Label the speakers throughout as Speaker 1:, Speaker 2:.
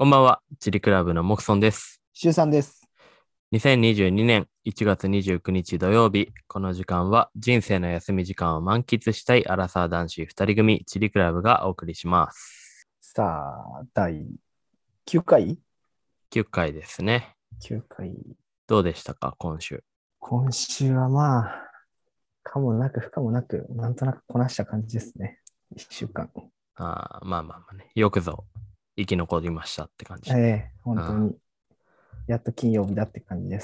Speaker 1: こんばんは、チリクラブのモクソンです。
Speaker 2: 週3です。
Speaker 1: 2022年1月29日土曜日、この時間は人生の休み時間を満喫したいアラサー男子2人組、チリクラブがお送りします。
Speaker 2: さあ、第9回
Speaker 1: 9回ですね。
Speaker 2: ?9 回。
Speaker 1: どうでしたか、今週。
Speaker 2: 今週はまあ、可もなく不可もなく、なんとなくこなした感じですね。1週間。
Speaker 1: まあね、よくぞ生き残りましたって感じ。
Speaker 2: 本当に、やっと金曜日だって感じです。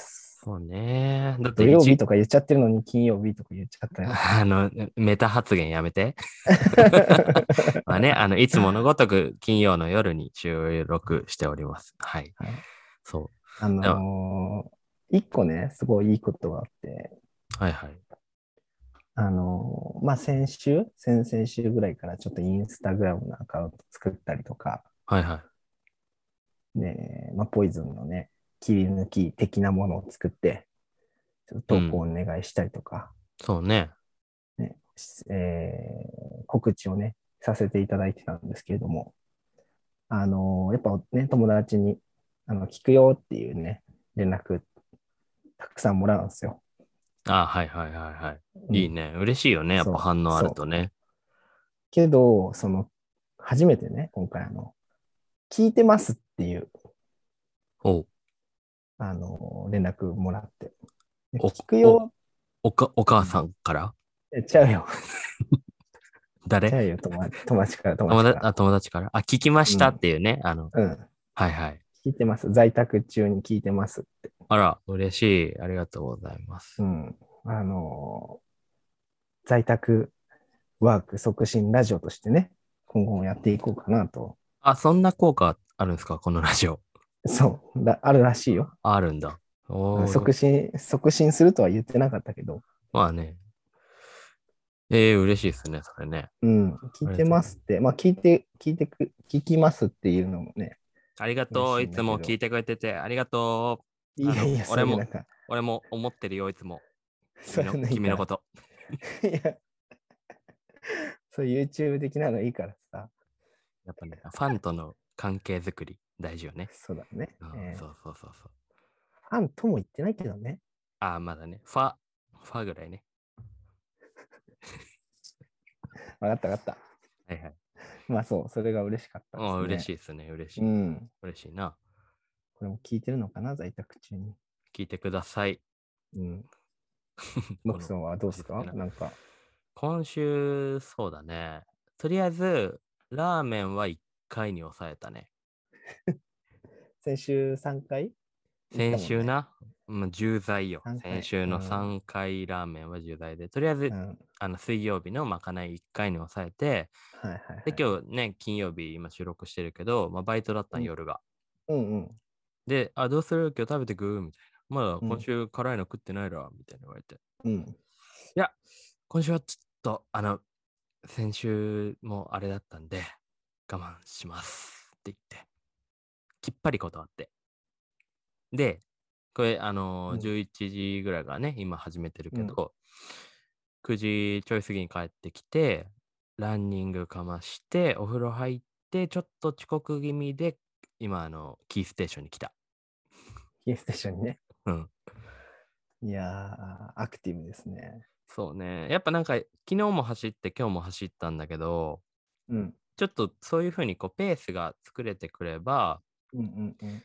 Speaker 1: そうね。だって
Speaker 2: 土曜日とか言っちゃってるのに金曜日とか言っちゃったよ。
Speaker 1: メタ発言やめて。まあね、いつものごとく金曜の夜に収録しております。はい。
Speaker 2: はい、
Speaker 1: そう。
Speaker 2: あ
Speaker 1: でも
Speaker 2: 一個ね、すごいいいことがあって、
Speaker 1: はいはい。
Speaker 2: まあ先々週ぐらいからちょっとインスタグラムのアカウント作ったりとか、
Speaker 1: はいはい。
Speaker 2: で、まあ、ポイズンのね、切り抜き的なものを作って、ちょっと投稿お
Speaker 1: うん。
Speaker 2: 願いしたりとか、
Speaker 1: そうね。
Speaker 2: ね、告知をね、させていただいてたんですけれども、やっぱね、友達に、聞くよっていうね、連絡、たくさんもらうんですよ。
Speaker 1: はいはいはいはい。
Speaker 2: うん。
Speaker 1: いいね。嬉しいよね。やっぱ反応ある
Speaker 2: そう。
Speaker 1: とね。
Speaker 2: けど、初めてね、今回、聞いてますっていう、
Speaker 1: おう、
Speaker 2: 連絡もらって、で
Speaker 1: お、
Speaker 2: 聞く
Speaker 1: お、
Speaker 2: よ、
Speaker 1: お母
Speaker 2: うん、
Speaker 1: さんから
Speaker 2: ちゃうよ。ち
Speaker 1: 誰
Speaker 2: ゃうよ、友達から、友達から。
Speaker 1: 友達から聞きましたっ
Speaker 2: うん。
Speaker 1: ていうね。
Speaker 2: うん。
Speaker 1: はいはい。
Speaker 2: 聞いてます。在宅中に聞いてますって。
Speaker 1: あら、嬉しい。ありがとうございます。
Speaker 2: うん。在宅ワーク促進ラジオとしてね、今後もやっていこうかなと。
Speaker 1: あ、そんな効果あるんですかこのラジオ。
Speaker 2: あるらしいよ。
Speaker 1: あるんだ。
Speaker 2: 促進するとは言ってなかったけど、
Speaker 1: まあね。嬉しいですね、それね。
Speaker 2: うん、聞いて
Speaker 1: ありがとう。
Speaker 2: ますって、まあ、聞きますっていうのもね、
Speaker 1: ありがとう。
Speaker 2: 嬉しい
Speaker 1: い
Speaker 2: んだけど、
Speaker 1: つも聞いてくれてて、ありがとう。
Speaker 2: いやいや、そういう
Speaker 1: 俺も思ってるよ、いつも。
Speaker 2: そういうのいいから。
Speaker 1: 君のこと。
Speaker 2: いや、そういう YouTube 的なのいいからさ、
Speaker 1: やっぱね、ファンとの関係づくり、大事よね。
Speaker 2: そうだね。
Speaker 1: うん、そうそうそうそう。
Speaker 2: ファンとも言ってないけどね。
Speaker 1: まだね、ファぐらいね。
Speaker 2: わかったわかった。
Speaker 1: はいはい。
Speaker 2: まあそう、それが嬉しかったです
Speaker 1: 嬉し
Speaker 2: ね。
Speaker 1: いですね、嬉しい。
Speaker 2: うん。
Speaker 1: 嬉しいな。
Speaker 2: これも聞いてるのかな、在宅中に。
Speaker 1: 聞いてください。
Speaker 2: うん。ノ
Speaker 1: この、
Speaker 2: クさんはどうです
Speaker 1: 星付きな。
Speaker 2: かなんか。
Speaker 1: 今週、そうだね。とりあえず、ラーメンは1回に抑えたね。
Speaker 2: 先週3回行った
Speaker 1: 先
Speaker 2: もんね。
Speaker 1: 週な、重罪よ。
Speaker 2: 3回。
Speaker 1: 先週の
Speaker 2: うん。
Speaker 1: 3回ラーメンは重罪で、とりあえず、
Speaker 2: うん。
Speaker 1: 水曜日のまかない1回に抑えて、
Speaker 2: はいはい
Speaker 1: で、
Speaker 2: はい。
Speaker 1: 今日ね、金曜日今収録してるけど、バイトだったん、
Speaker 2: うん。
Speaker 1: 夜が。
Speaker 2: うんうん。
Speaker 1: で、どうする今日食べてくみたいな。まだ今
Speaker 2: うん。
Speaker 1: 週辛いの食ってないらみたいな言われて。い
Speaker 2: うん。
Speaker 1: や、今週はちょっと、先週もあれだったんで、我慢しますって言って、きっぱり断って。で、これ、
Speaker 2: うん。
Speaker 1: 11時ぐらいからね、今始めてる
Speaker 2: うん。
Speaker 1: けど、9時ちょい過ぎに帰ってきて、ランニングかまして、お風呂入って、ちょっと遅刻気味で、今、キーステーションに来た。
Speaker 2: キーステーションにね。
Speaker 1: うん。
Speaker 2: いやー、アクティブですね。
Speaker 1: そうね。やっぱなんか、昨日も走って、今日も走ったんだけど、
Speaker 2: うん。
Speaker 1: ちょっとそういうふうにペースが作れてくれば、
Speaker 2: うんうんうん。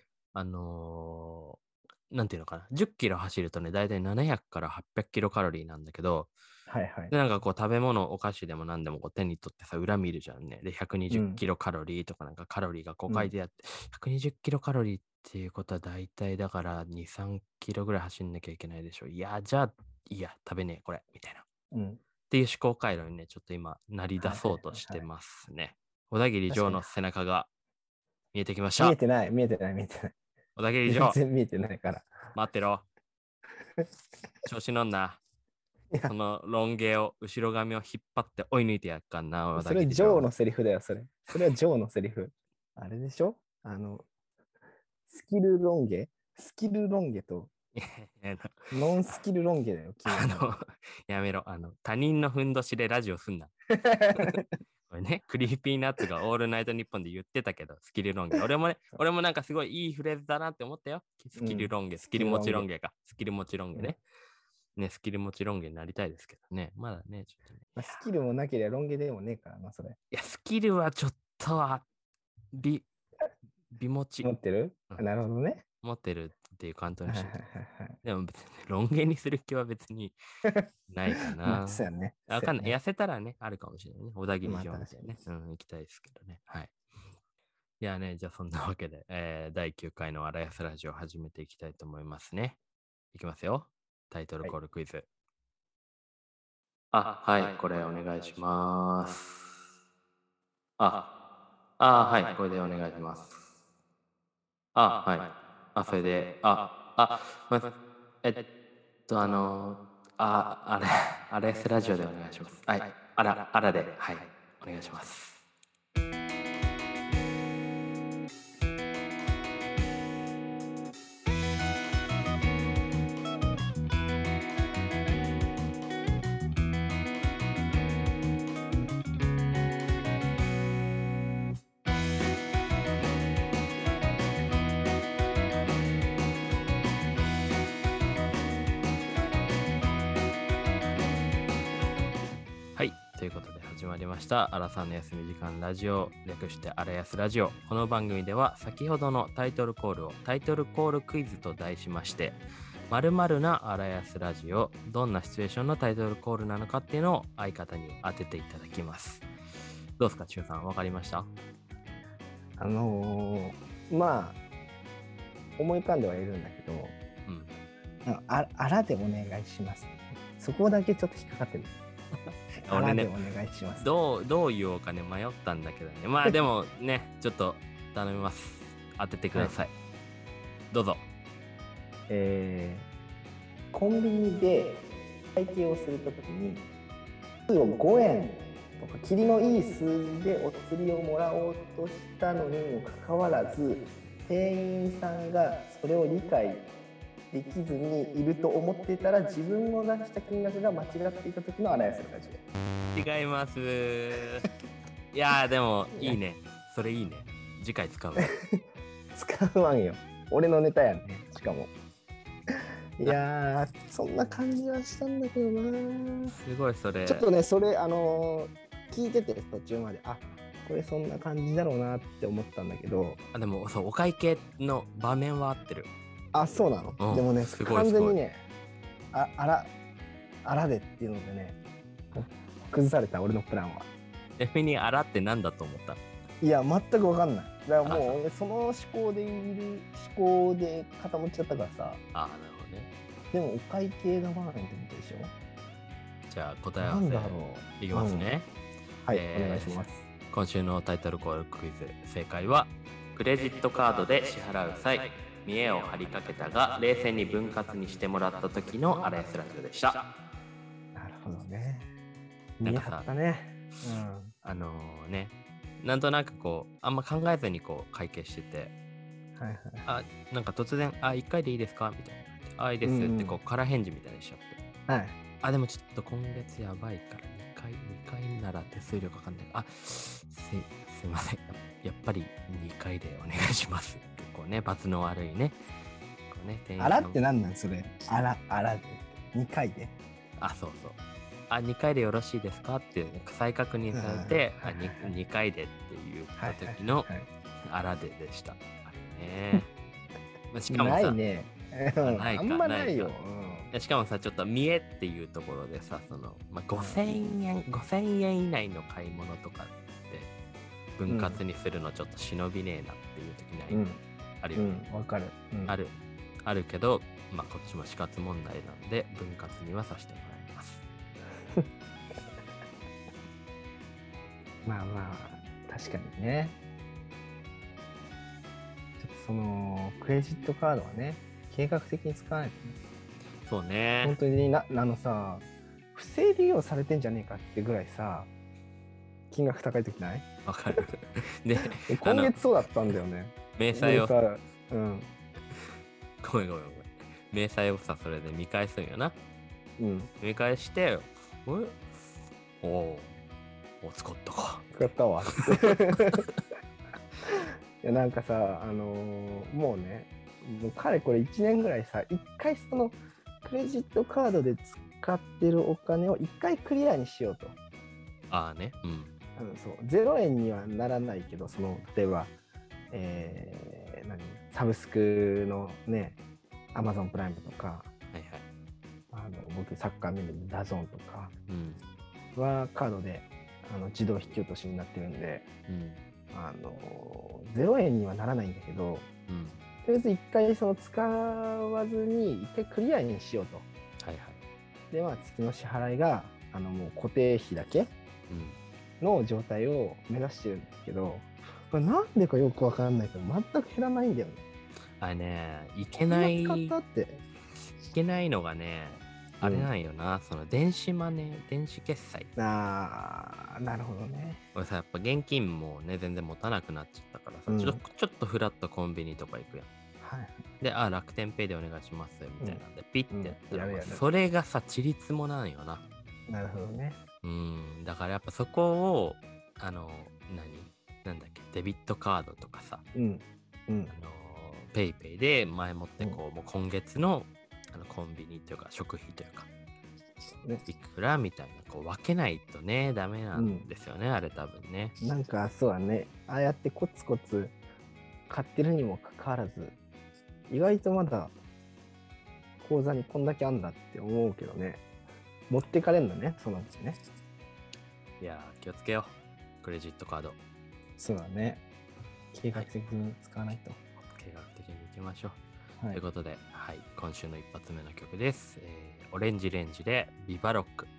Speaker 1: なんていうのかな、10キロ走るとね、だいたい700から800キロカロリーなんだけど、
Speaker 2: はいはい。
Speaker 1: で、なんか食べ物、お菓子でも何でも手に取ってさ、裏見るじゃんね。で、120
Speaker 2: うん。
Speaker 1: キロカロリーとかなんかカロリーが
Speaker 2: うん。
Speaker 1: 書いてあって、120キロカロリーっていうことはだいたいだから2、3キロぐらい走んなきゃいけないでしょ。いや、じゃあ、いいや、食べねえ、これ、みたいな。っ
Speaker 2: うん。
Speaker 1: ていう思考回路にね、ちょっと今、なり出
Speaker 2: はいはい
Speaker 1: そうとして
Speaker 2: はいはい。
Speaker 1: ますね。小田切
Speaker 2: 確かに。
Speaker 1: 城の背中が見えてきました。
Speaker 2: 見えてない、見えてない、見えてない。
Speaker 1: 小田切城、
Speaker 2: 全然見えてないから。
Speaker 1: 待ってろ。調子乗んな。
Speaker 2: いや、
Speaker 1: そのロン毛を、後ろ髪を引っ張って追い抜いてやっかんな、小田
Speaker 2: それ
Speaker 1: 切城。
Speaker 2: ジョーのセリフだよ、それ。それはジョーのセリフ。あれでしょスキルロン毛スキルロン毛と
Speaker 1: いや
Speaker 2: ノンスキルロン毛だよ、君はも
Speaker 1: やめろ。他人のふんどしでラジオすんな。 これね、クリーピーナッツがオールナイトニッポンで言ってたけど、スキルロン毛。俺もなんかすごいいいフレーズだなって思ったよ。スキルロン毛、スキル持ちロン毛か。スキル持ちロン毛ね。ね、スキル持ちロン毛になりたいですけどね。まだね、ちょっとね。
Speaker 2: まあ、スキルもなければロン毛でもねえからな、それ。
Speaker 1: いや、スキルはちょっとは、美持ち。
Speaker 2: 持ってる、
Speaker 1: うん
Speaker 2: なるほどね。
Speaker 1: 持ってるっていう感じに
Speaker 2: はい
Speaker 1: してて。
Speaker 2: はいはいはい。
Speaker 1: でも別にね、ロン毛にする気は別にないか
Speaker 2: まあ、
Speaker 1: な。
Speaker 2: そうやね。
Speaker 1: わかんない。
Speaker 2: そうやね
Speaker 1: 痩せたらね、あるかもしれないね。小田切城みたいなね。
Speaker 2: ま
Speaker 1: 行きたいですけどね。はい。いやね、じゃあそんなわけで、第9回の荒安ラジオを始めていきたいと思いますね。いきますよ。タイトルコールクイズ。はい、これお願いします。はい、これでお願いします。はい。それで、アレスラジオでお願いします。はい、あらで、はい、お願いします。はい。ということで始まりました。アラさんの休み時間ラジオ、略してアラヤスラジオ。この番組では先ほどのタイトルコールをタイトルコールクイズと題しまして、〇〇なアラヤスラジオ、どんなシチュエーションのタイトルコールなのかっていうのを相方に当てていただきます。どうですか、チュウさん、わかりました？
Speaker 2: まあ、思い浮かんではいるんだけど、あらでお願いします。そこだけちょっと引っかかってる。
Speaker 1: 俺ね、
Speaker 2: お願いします。
Speaker 1: どう言おうかね、迷ったんだけどね。まあでもね、ちょっと頼みます。当ててください。どうぞ。
Speaker 2: コンビニで会計をするときに、5円とか、切りのいい数字でお釣りをもらおうとしたのにもかかわらず、店員さんがそれを理解できずにいると思っていたら、自分の出した金額が間違っていた時のアナヤスラジ
Speaker 1: オ。違います。いやーでもいいね。それいいね。次回使う。
Speaker 2: 使うわんよ。俺のネタやね。しかも。いやー、そんな感じはしたんだけどな。
Speaker 1: すごいそれ。
Speaker 2: ちょっとね、それ聞いてて途中まで、これそんな感じだろうなって思ったんだけど。
Speaker 1: でもそう、お会計の場面は合ってる。
Speaker 2: そうなの、でもね、完全にね、あらでっていうのでね、崩された、俺のプランは。
Speaker 1: ちなみにあらって何だと思った？
Speaker 2: いや、全く分かんない。だからもう俺その思考で固まっちゃったからさ。
Speaker 1: なるほどね。
Speaker 2: でもお会計がバーメンってことでしょ？
Speaker 1: じゃあ答え合わせ
Speaker 2: なんだろう。
Speaker 1: いきますね。
Speaker 2: はい、お願いします。
Speaker 1: 今週のタイトルコールクイズ、正解はクレジットカードで支払う際、見栄を張りかけたが冷静に分割にしてもらった時のアラヤスラジオでした。
Speaker 2: なるほどね。見え張ったね。
Speaker 1: ね、なんとなくこうあんま考えずにこう会計してて、なんか突然1回でいいですかみたいな、いいですってこう空返事みたいにしちゃって、でもちょっと今月やばいから2回なら手数料かかんない、すいません、やっぱり2回でお願いしますってこうね、罰の悪いね、こうね、
Speaker 2: あらってなんなんそれ？あらで2回で、
Speaker 1: そう2回でよろしいですかって再確認されて、2回でっていう時のあらででした。しかもさ、
Speaker 2: ないね。あんまないよ。
Speaker 1: しかもさ、ちょっと見栄っていうところでさ、5000円以内の買い物とかって分割にするのちょっと忍びねえなっていう時ない、あるよね。
Speaker 2: わかる。
Speaker 1: あるけど、こっちも死活問題なんで分割にはさせてもらいます。
Speaker 2: まあ確かにね。ちょっとそのクレジットカードはね、計画的に使わないとね。
Speaker 1: そうね。
Speaker 2: 本当にさ、不正利用されてんじゃねえかってぐらいさ、金額高い時ない？
Speaker 1: わかる。で、
Speaker 2: 今月そうだったんだよね。
Speaker 1: 明細を
Speaker 2: さ、
Speaker 1: ごめん。明細をさ、それで見返すんよな。見返して、 使ったか。
Speaker 2: 使ったわ。いや、なんかさ、もうね、もうかれこれ1年ぐらいさ、一回そのクレジットカードで使ってるお金を一回クリアにしようと。
Speaker 1: ああね。
Speaker 2: そう、0円にはならないけど、その、例えば、サブスクのね、アマゾンプライムとか、
Speaker 1: はいはい。
Speaker 2: 僕サッカー見るダゾーンとか
Speaker 1: うん。
Speaker 2: はカードで自動引き落としになってるんで、
Speaker 1: うん。
Speaker 2: 0円にはならないんだけど、
Speaker 1: うん。
Speaker 2: とりあえず一回その使わずに一回クリアにしようと。
Speaker 1: はいはい。
Speaker 2: で、まあ月の支払いがもう固定費だけ
Speaker 1: うん。
Speaker 2: の状態を目指してるんですけど、これなんでかよくわかんないけど、全く減らないんだよね。
Speaker 1: あれね、い
Speaker 2: こ
Speaker 1: けない、
Speaker 2: んな使っ
Speaker 1: い
Speaker 2: たって。
Speaker 1: けないのがね、あれなんよな、その電子マネー、電子決済。
Speaker 2: あー、なるほどね。
Speaker 1: 俺さ、やっぱ現金もね、全然持たなくなっちゃったからさ、
Speaker 2: うん
Speaker 1: ちょっとフラッとコンビニとか行くやん。
Speaker 2: はい。
Speaker 1: で、楽天ペイでお願いします、みたいなんで、ピッてやったら、
Speaker 2: やるやる
Speaker 1: それがさ、ちりつもなんよな。
Speaker 2: なるほどね。
Speaker 1: だからやっぱそこを、なんだっけ、デビットカードとかさ、
Speaker 2: うん。
Speaker 1: ペイペイで前もってもう今月のコンビニというか食費というか、
Speaker 2: ね、
Speaker 1: いくらみたいな分けないとねダメなんですよね、あれ多分ね。
Speaker 2: なんかそうだね、ああやってコツコツ買ってるにもかかわらず、意外とまだ口座にこんだけあんだって思うけどね、持ってかれんのね、そのうちね。
Speaker 1: いや気をつけよう、クレジットカード。
Speaker 2: そうだね、計画的に使わないと。
Speaker 1: 計画的にいきましょう。
Speaker 2: はい、
Speaker 1: ということで、はい、今週の一発目の曲です。オレンジレンジでビバロック。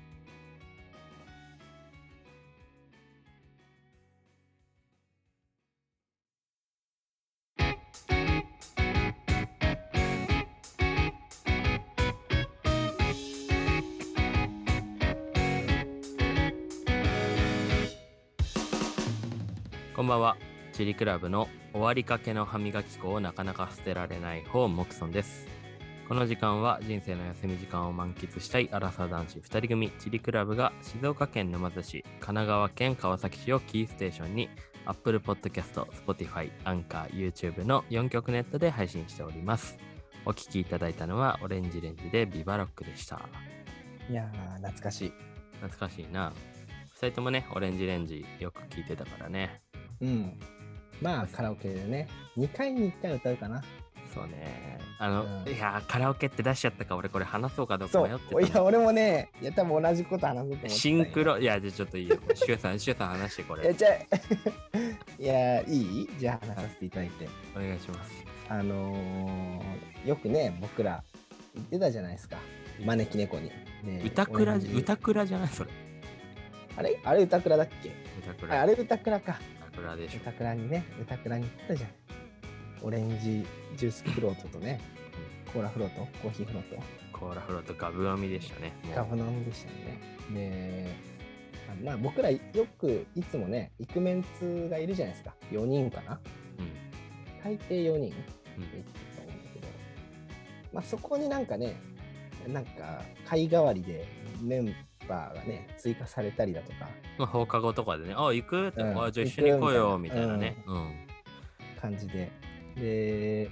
Speaker 1: こんばんは。チリクラブの終わりかけの歯磨き粉をなかなか捨てられない方、モクソンです。この時間は人生の休み時間を満喫したいアラサー男子2人組チリクラブが静岡県沼津市、神奈川県川崎市をキーステーションに Apple Podcast、Spotify、Anchor、YouTube の4曲ネットで配信しております。お聞きいただいたのはオレンジレンジでビバロックでした。
Speaker 2: いやー、懐かしい。
Speaker 1: 懐かしいな。2人ともね、オレンジレンジよく聞いてたからね。
Speaker 2: うん。まあカラオケでね、2回に1回歌うかな。
Speaker 1: そうね。
Speaker 2: うん
Speaker 1: いやカラオケって出しちゃったか、俺これ話そうかどうか
Speaker 2: そ
Speaker 1: 迷ってた
Speaker 2: う、いや、俺もね、いや、多分同じこと話そうと思ってたんよ。
Speaker 1: シンクロ、いや、じゃあちょっといいよ。シュウさん話してこれ。
Speaker 2: じゃあいや、いいじゃあ話させていただいて。
Speaker 1: お願いします。
Speaker 2: よくね、僕ら言ってたじゃないですか。招き猫に。ね、
Speaker 1: 歌倉じゃないそれ。
Speaker 2: あれ歌倉だっけ？
Speaker 1: 歌倉。
Speaker 2: あれ歌倉か。
Speaker 1: 歌倉でしょ。
Speaker 2: 歌倉に行ったじゃん。オレンジジュースフロートとね、コーラフロート、コーヒーフロート。
Speaker 1: コーラフロートガブ飲みでしたね。
Speaker 2: ガブ飲みでしたね。で、まあ僕らよくいつもね、イクメンツがいるじゃないですか。4人かな。大抵4人って言ってたと思うんだけど、まあそこになんかね、なんか会代わりでメンバーがね、追加されたりだとか。
Speaker 1: まあ放課後とかでね、行くって、じゃあ一緒に行こうよみたいなね。
Speaker 2: 感じで。で、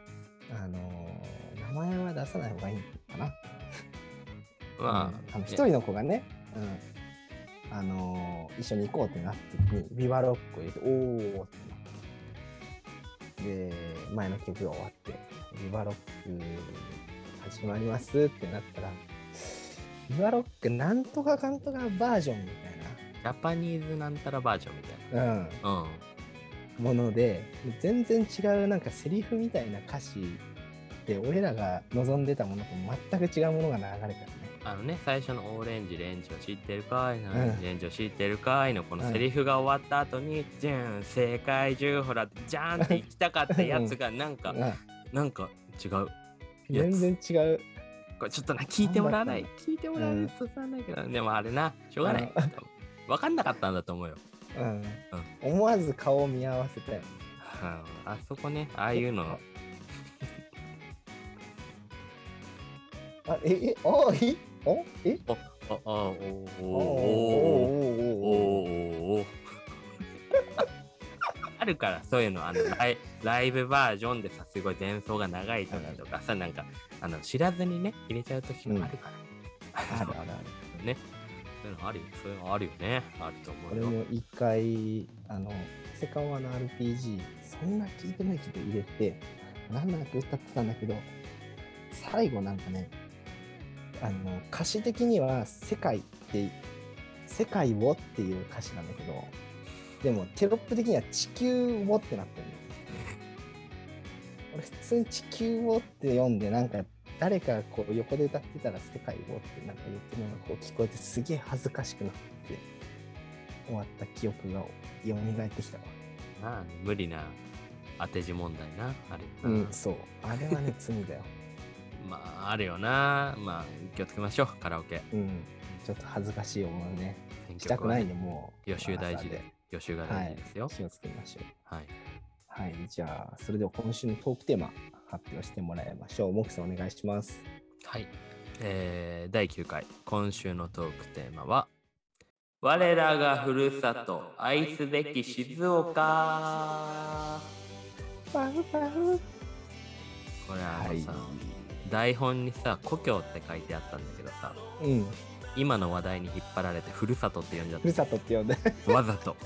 Speaker 2: 名前は出さない方がいいかな。
Speaker 1: まあ、
Speaker 2: 一人の子がね、一緒に行こうってなった時に、ビバロックを入れて、おーってなって。で、前の曲が終わって、ビバロック始まりますってなったら、ビバロックなんとかかんとかバージョンみたいな。
Speaker 1: ジャパニーズなんたらバージョンみたいな。
Speaker 2: もので、全然違うなんかセリフみたいな歌詞で、俺らが望んでたものと全く違うものが流れたよね。
Speaker 1: 最初のオレンジレンジを知ってるかい、オレンジレンジを知ってるかいのこのセリフが終わった後に、じゃん、世界中ほら、じゃんって行きたかったやつがなんか違う。
Speaker 2: 全然違う。
Speaker 1: これちょっと聞いてもらわないと伝わらないけど、でもあれな、しょうがない。分かんなかったんだと思うよ。
Speaker 2: 思わず顔を見合わせたよ。
Speaker 1: あそこね、ああいうの。 おおおおおおおあるからそういうのライブバージョンでさすごい前奏が長い時とかさなんか知らずにね入れちゃう時もあるから、
Speaker 2: あるあるある。
Speaker 1: ねそういうのあるよねあると思うよ。
Speaker 2: 俺も一回セカオワの RPG そんな聞いてないけど入れて何なく歌ってたんだけど最後なんかね歌詞的には世界をっていう歌詞なんだけどでもテロップ的には地球をってなってるの。俺普通に地球をって読んでなんか誰かこう横で歌ってたら世界をってなんか言ってるのがこう聞こえてすげえ恥ずかしくなって終わった記憶が蘇ってきたわ。
Speaker 1: まあ無理な当て字問題なあるよな。
Speaker 2: そうあれはね罪だよ。
Speaker 1: まああるよな。まあ気をつけましょうカラオケ。
Speaker 2: ちょっと恥ずかしい思いね
Speaker 1: 選
Speaker 2: したくないんでもう
Speaker 1: 予習大事で予習が大事ですよ。
Speaker 2: 気をつけましょう。
Speaker 1: はい
Speaker 2: じゃあそれでは今週のトークテーマ発表してもらいましょう。モクさんお願いします。
Speaker 1: はい、第9回今週のトークテーマは我らがふるさと愛すべき静岡。これさ、台本にさ故郷って書いてあったんだけどさ、今の話題に引っ張られてふるさとって呼んじゃった。
Speaker 2: ふるさとって呼んで
Speaker 1: わざと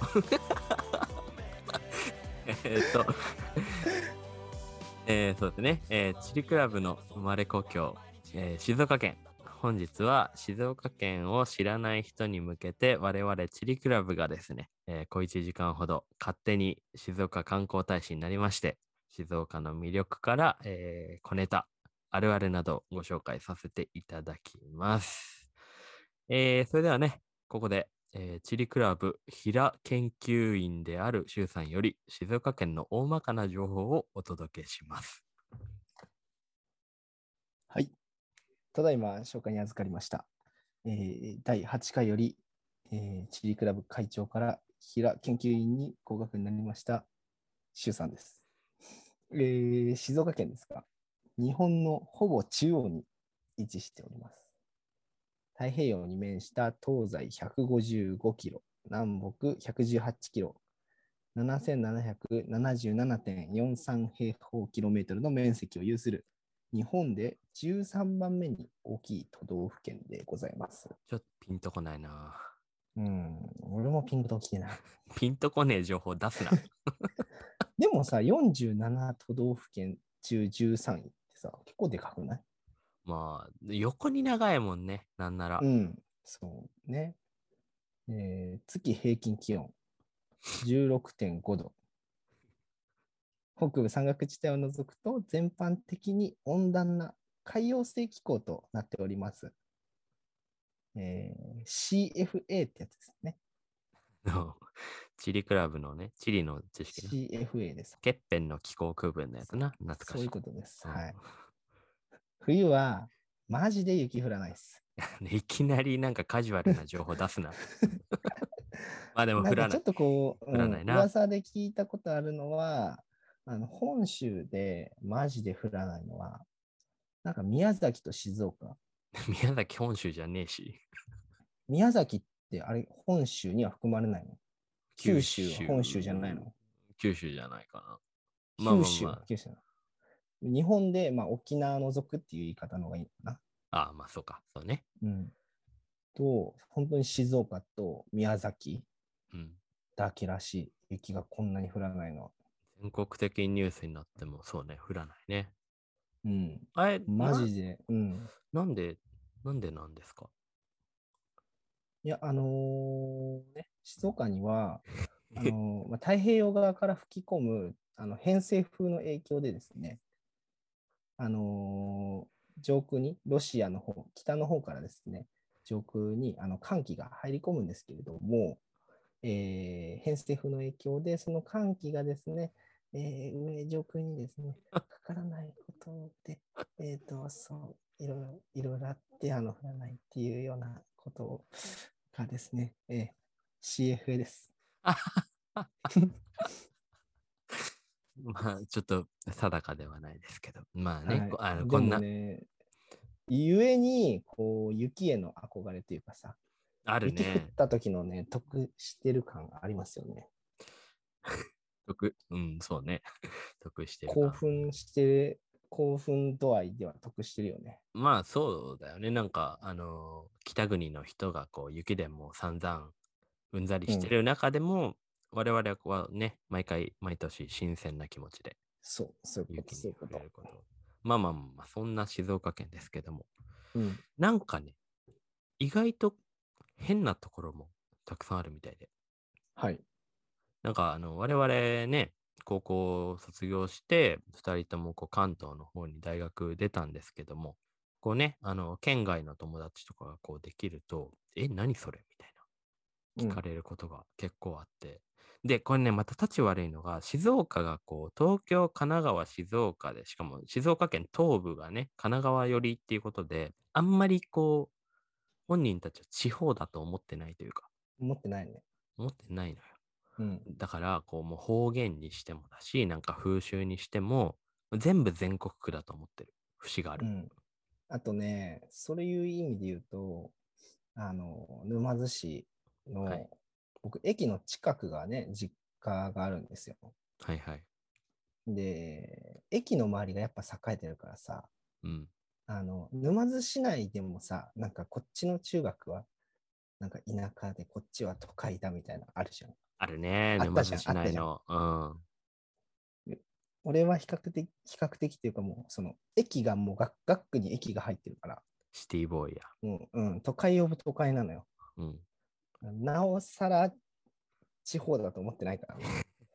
Speaker 1: そうですね、チリクラブの生まれ故郷、静岡県。本日は静岡県を知らない人に向けて我々チリクラブがですね、小1時間ほど勝手に静岡観光大使になりまして静岡の魅力から、小ネタあるあるなどご紹介させていただきます。それではねここでチリクラブ平研究員である周さんより静岡県の大まかな情報をお届けします。
Speaker 2: はい。ただいま紹介に預かりました。第8回より、チリクラブ会長から平研究員に合格になりました周さんです。静岡県ですが、日本のほぼ中央に位置しております。太平洋に面した東西155キロ、南北118キロ、7777.43平方キロメートルの面積を有する日本で13番目に大きい都道府県でございます。
Speaker 1: ちょっとピンとこないな。
Speaker 2: 俺もピンときてない。
Speaker 1: ピンとこねえ情報出すな。
Speaker 2: でもさ、47都道府県中13位ってさ、結構でかくない？
Speaker 1: まあ、横に長いもんね、なんなら。
Speaker 2: そうね。月平均気温 16.5 度。北部山岳地帯を除くと全般的に温暖な海洋性気候となっております。CFA ってやつですね。
Speaker 1: チリクラブのね、チリの知識
Speaker 2: な。CFA です。
Speaker 1: ケッペンの気候区分のやつな。懐かしい。
Speaker 2: そういうことです。はい。冬はマジで雪降らないです。
Speaker 1: いきなりなんかカジュアルな情報出すな。まあでも降らない。
Speaker 2: ちょっとこう、
Speaker 1: 降らないな。
Speaker 2: 噂で聞いたことあるのは、本州でマジで降らないのは、なんか宮崎と静岡。
Speaker 1: 宮崎本州じゃねえし。
Speaker 2: 宮崎ってあれ本州には含まれないの？九州は本州じゃないの？
Speaker 1: 九州じゃないか
Speaker 2: な。九州は九州。日本で、沖縄除くっていう言い方の方がいいのかな。
Speaker 1: ああ、まあそうか。そうね。
Speaker 2: 本当に静岡と宮崎だけらしい。雪がこんなに降らないのは。
Speaker 1: 全国的にニュースになってもそうね、降らないね。
Speaker 2: マジで。
Speaker 1: なんでなんですか？
Speaker 2: いや、静岡には、太平洋側から吹き込む偏西風の影響でですね、上空にロシアの方、北の方からですね、上空に寒気が入り込むんですけれども、偏西風の影響で、その寒気がですね、上空にですね、かからないことで、そう、いろいろあって、降らないっていうようなことがですね、CFA です。
Speaker 1: まあ、ちょっと定かではないですけど、まあね、
Speaker 2: こんな。でもね、 ゆえに、こう、雪への憧れというかさ、
Speaker 1: ある
Speaker 2: 雪降っ
Speaker 1: ね。
Speaker 2: た時のね、得してる感がありますよね。
Speaker 1: うん、そうね。得してる
Speaker 2: 興
Speaker 1: か。
Speaker 2: 奮して、興奮度合いでは得してるよね。
Speaker 1: まあそうだよね。なんか、北国の人がこう雪でもう散々うんざり
Speaker 2: うん。
Speaker 1: してる中でも、我々はね、毎回、毎年新鮮な気持ちで
Speaker 2: そう、そういうこと、
Speaker 1: 雪に
Speaker 2: そういうこと。
Speaker 1: 触れること。まあまあまあ、そんな静岡県ですけども。
Speaker 2: うん。
Speaker 1: なんかね、意外と変なところもたくさんあるみたいで。
Speaker 2: はい。
Speaker 1: なんか、我々ね、高校を卒業して、二人ともこう関東の方に大学出たんですけども、こうね、県外の友達とかがこうできると、何それみたいな聞か
Speaker 2: うん。
Speaker 1: れることが結構あって。で、これね、また立ち悪いのが、静岡がこう、東京、神奈川、静岡で、しかも静岡県東部がね、神奈川寄りっていうことで、あんまりこう、本人たちは地方だと思ってないというか、
Speaker 2: 持ってないね。
Speaker 1: 思ってないのよ。
Speaker 2: うん。
Speaker 1: だから、こう、もう方言にしてもだし、なんか風習にしても、全部全国区だと思ってる節がある。
Speaker 2: うん。あとね、そういう意味で言うと、沼津市
Speaker 1: はい。
Speaker 2: の、僕、駅の近くがね、実家があるんですよ。
Speaker 1: はいはい。
Speaker 2: で、駅の周りがやっぱ栄えてるからさ、
Speaker 1: うん。
Speaker 2: 沼津市内でもさ、なんかこっちの中学は、なんか田舎でこっちは都会だみたいなのあるじゃん。
Speaker 1: あるね、
Speaker 2: あったじゃん、
Speaker 1: 沼津市
Speaker 2: あったじゃん。
Speaker 1: 内の。うん。
Speaker 2: で俺は比較的っていうかもう、その、駅がもう学区に駅が入ってるから、
Speaker 1: シティボーイや。
Speaker 2: 都会オブ都会なのよ。
Speaker 1: うん。
Speaker 2: なおさら地方だと思ってないからね。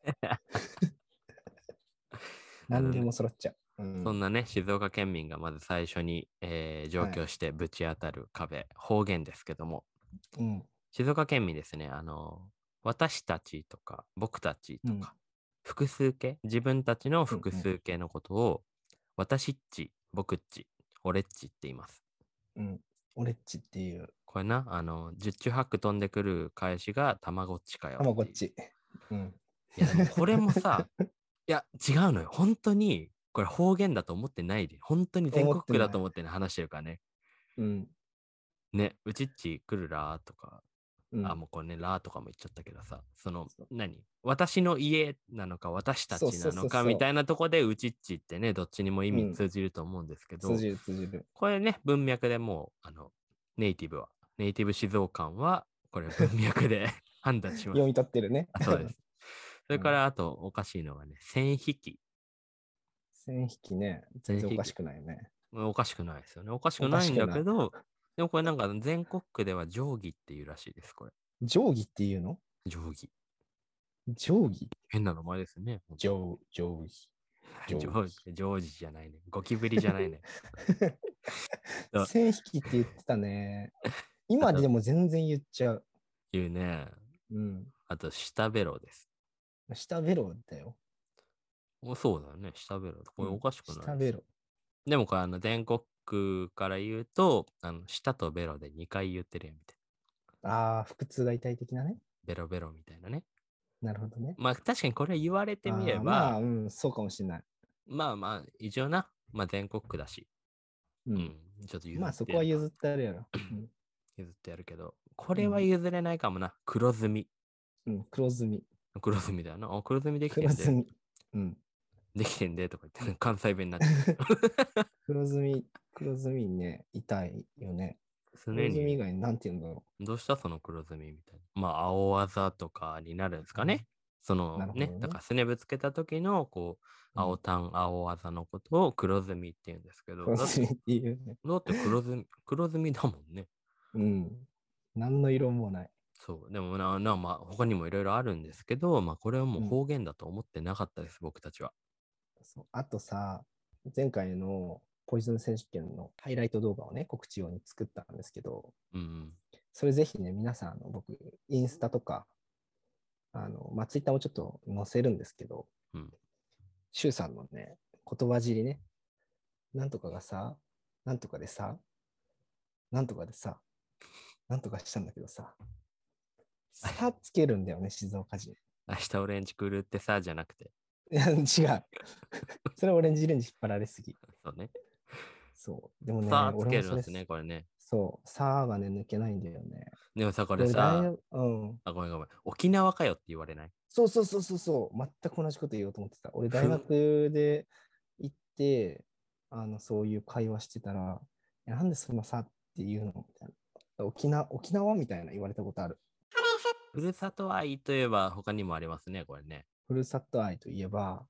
Speaker 1: あのね、
Speaker 2: 何でも揃っちゃう。うん。
Speaker 1: そんなね、静岡県民がまず最初に、上
Speaker 2: はい。
Speaker 1: 京してぶち当たる壁、方言ですけども、
Speaker 2: うん。
Speaker 1: 静岡県民ですね、私たちとか、僕たち
Speaker 2: うん。
Speaker 1: とか、複数形、自分たちの
Speaker 2: うん。
Speaker 1: 複
Speaker 2: うん。
Speaker 1: 数形のことを、私っち、僕っち、俺っちって言います。
Speaker 2: うん。俺っちっていう、
Speaker 1: これな、十中八九飛んでくる返しが、たまごっちかよっていう。
Speaker 2: たまごっち。うん。
Speaker 1: いや、でもこれもさ、いや、違うのよ。本当に、これ方言だと思ってないで、本当に全
Speaker 2: 思
Speaker 1: 国区だと
Speaker 2: ってない。
Speaker 1: 思ってね、話してるからね。
Speaker 2: うん。
Speaker 1: ね、うちっち来るらーとか、あ、
Speaker 2: うん。
Speaker 1: もうこれね、らーとかも言っちゃったけどさ、
Speaker 2: そう
Speaker 1: 私の家なのか、私た
Speaker 2: そうそう
Speaker 1: ちなのか、
Speaker 2: そうそ
Speaker 1: みたいなとこで、うちっちってね、どっちにも意
Speaker 2: う。うん。
Speaker 1: 味通じると思うんですけど、
Speaker 2: 通じる、通じる。
Speaker 1: これね、文脈でもう、ネイティブ静岡は、これ文脈で判断します。
Speaker 2: 読み取ってるね。
Speaker 1: あ、そうです。そ
Speaker 2: うん。
Speaker 1: れから、あと、おかしいのがね、線引き。
Speaker 2: 線引きね、全
Speaker 1: 線引き。
Speaker 2: 然おかしくないよね。
Speaker 1: おかしくないですよね。おかし
Speaker 2: お
Speaker 1: くないん
Speaker 2: かしくない。
Speaker 1: だけど、でもこれなんか全国区では定規っていうらしいです、これ。
Speaker 2: 定規っていうの？
Speaker 1: 定規。
Speaker 2: 定規。
Speaker 1: 変な名前ですね。
Speaker 2: 定規。定規。
Speaker 1: ジョージじゃないね。ゴキブリじゃないね。と
Speaker 2: 線引きって言ってたね。
Speaker 1: あと
Speaker 2: 今でも全然言っちゃう。
Speaker 1: いうね。
Speaker 2: うん。
Speaker 1: あと、下ベロです。
Speaker 2: 下ベロだよ。
Speaker 1: そうだよね。下ベロ。こ
Speaker 2: うん。
Speaker 1: れおかしくないですよ。
Speaker 2: 下ベロ。
Speaker 1: でもこれ全国区から言うと、下とベロで2回言ってるやんみたい
Speaker 2: ああ、腹痛が痛い的なね。
Speaker 1: な。ベロベロみたいなね。
Speaker 2: なるほどね。
Speaker 1: まあ確かにこれ言われてみれ
Speaker 2: ああ、まあ、
Speaker 1: ば、
Speaker 2: うん、そうかもしれない。
Speaker 1: まあまあ、一応な、まあ全国区だし、
Speaker 2: うん。
Speaker 1: うん、ちょっと譲っ
Speaker 2: まあ、そ
Speaker 1: てやるか。
Speaker 2: こは譲ってあるやろ。うん。
Speaker 1: 譲ってやるけど、これは
Speaker 2: うん。
Speaker 1: 譲れないかもな。黒ずみ。
Speaker 2: うん。黒ずみ。
Speaker 1: 黒ずみだよな。黒ずみできてんで。
Speaker 2: 黒ずみ。うん。
Speaker 1: できてんでとか言って、関西弁になっちゃってる。
Speaker 2: 黒ずみね、痛いよね。黒ずみ以
Speaker 1: 常に、
Speaker 2: 外になんて言うんだろ
Speaker 1: どうしたその黒ずみみたいな。まあ、青あざとかになるんです
Speaker 2: う。うん。
Speaker 1: かね。そのね、
Speaker 2: なるほどね。
Speaker 1: だからすねぶつけた時の、こう、
Speaker 2: うん。
Speaker 1: 青あざのことを黒ずみって言うんですけど、
Speaker 2: 黒ずみっていうね。
Speaker 1: だって黒ずみだもんね。
Speaker 2: うん。何の色もない。
Speaker 1: そう。でもまあ、他にもいろいろあるんですけど、まあ、これはもう
Speaker 2: うん。
Speaker 1: 方言だと思ってなかったです、僕たちは。
Speaker 2: そう。あとさ、前回のポイズン選手権のハイライト動画をね、告知用に作ったんですけど、
Speaker 1: うん、
Speaker 2: それぜひね、皆さん、僕、インスタとか、ツイッターもちょっと載せるんですけど、
Speaker 1: うん。
Speaker 2: シュウさんのね、言葉尻ね、なんとかがさ、なんとかでさ、なんとかでさ、なんとかしたんだけどさ、さつけるんだよね、静岡人。
Speaker 1: 明日オレンジ来るってさ、じゃなくて。
Speaker 2: いや、違う。それオレンジレンジ引っ張られすぎ。
Speaker 1: そうね。
Speaker 2: そう。でも
Speaker 1: さ
Speaker 2: ね、
Speaker 1: あつけるん
Speaker 2: 俺もそれ、
Speaker 1: ですね、これね。
Speaker 2: そう、さあがね、抜けないんだよね。
Speaker 1: でもさ、こ
Speaker 2: で、俺大
Speaker 1: れさ、
Speaker 2: 学、うん。
Speaker 1: あ、ごめんごめん。沖縄かよって言われない？
Speaker 2: そうそうそうそうそう、全く同じこと言おうと思ってた。俺大
Speaker 1: ふ、
Speaker 2: 学で行って、そういう会話してたら、なんでそんなさって言うのみたいな。沖縄みたいな言われたことある。
Speaker 1: ふるさと愛といえば他にもありますね、これね。
Speaker 2: ふるさと愛といえば、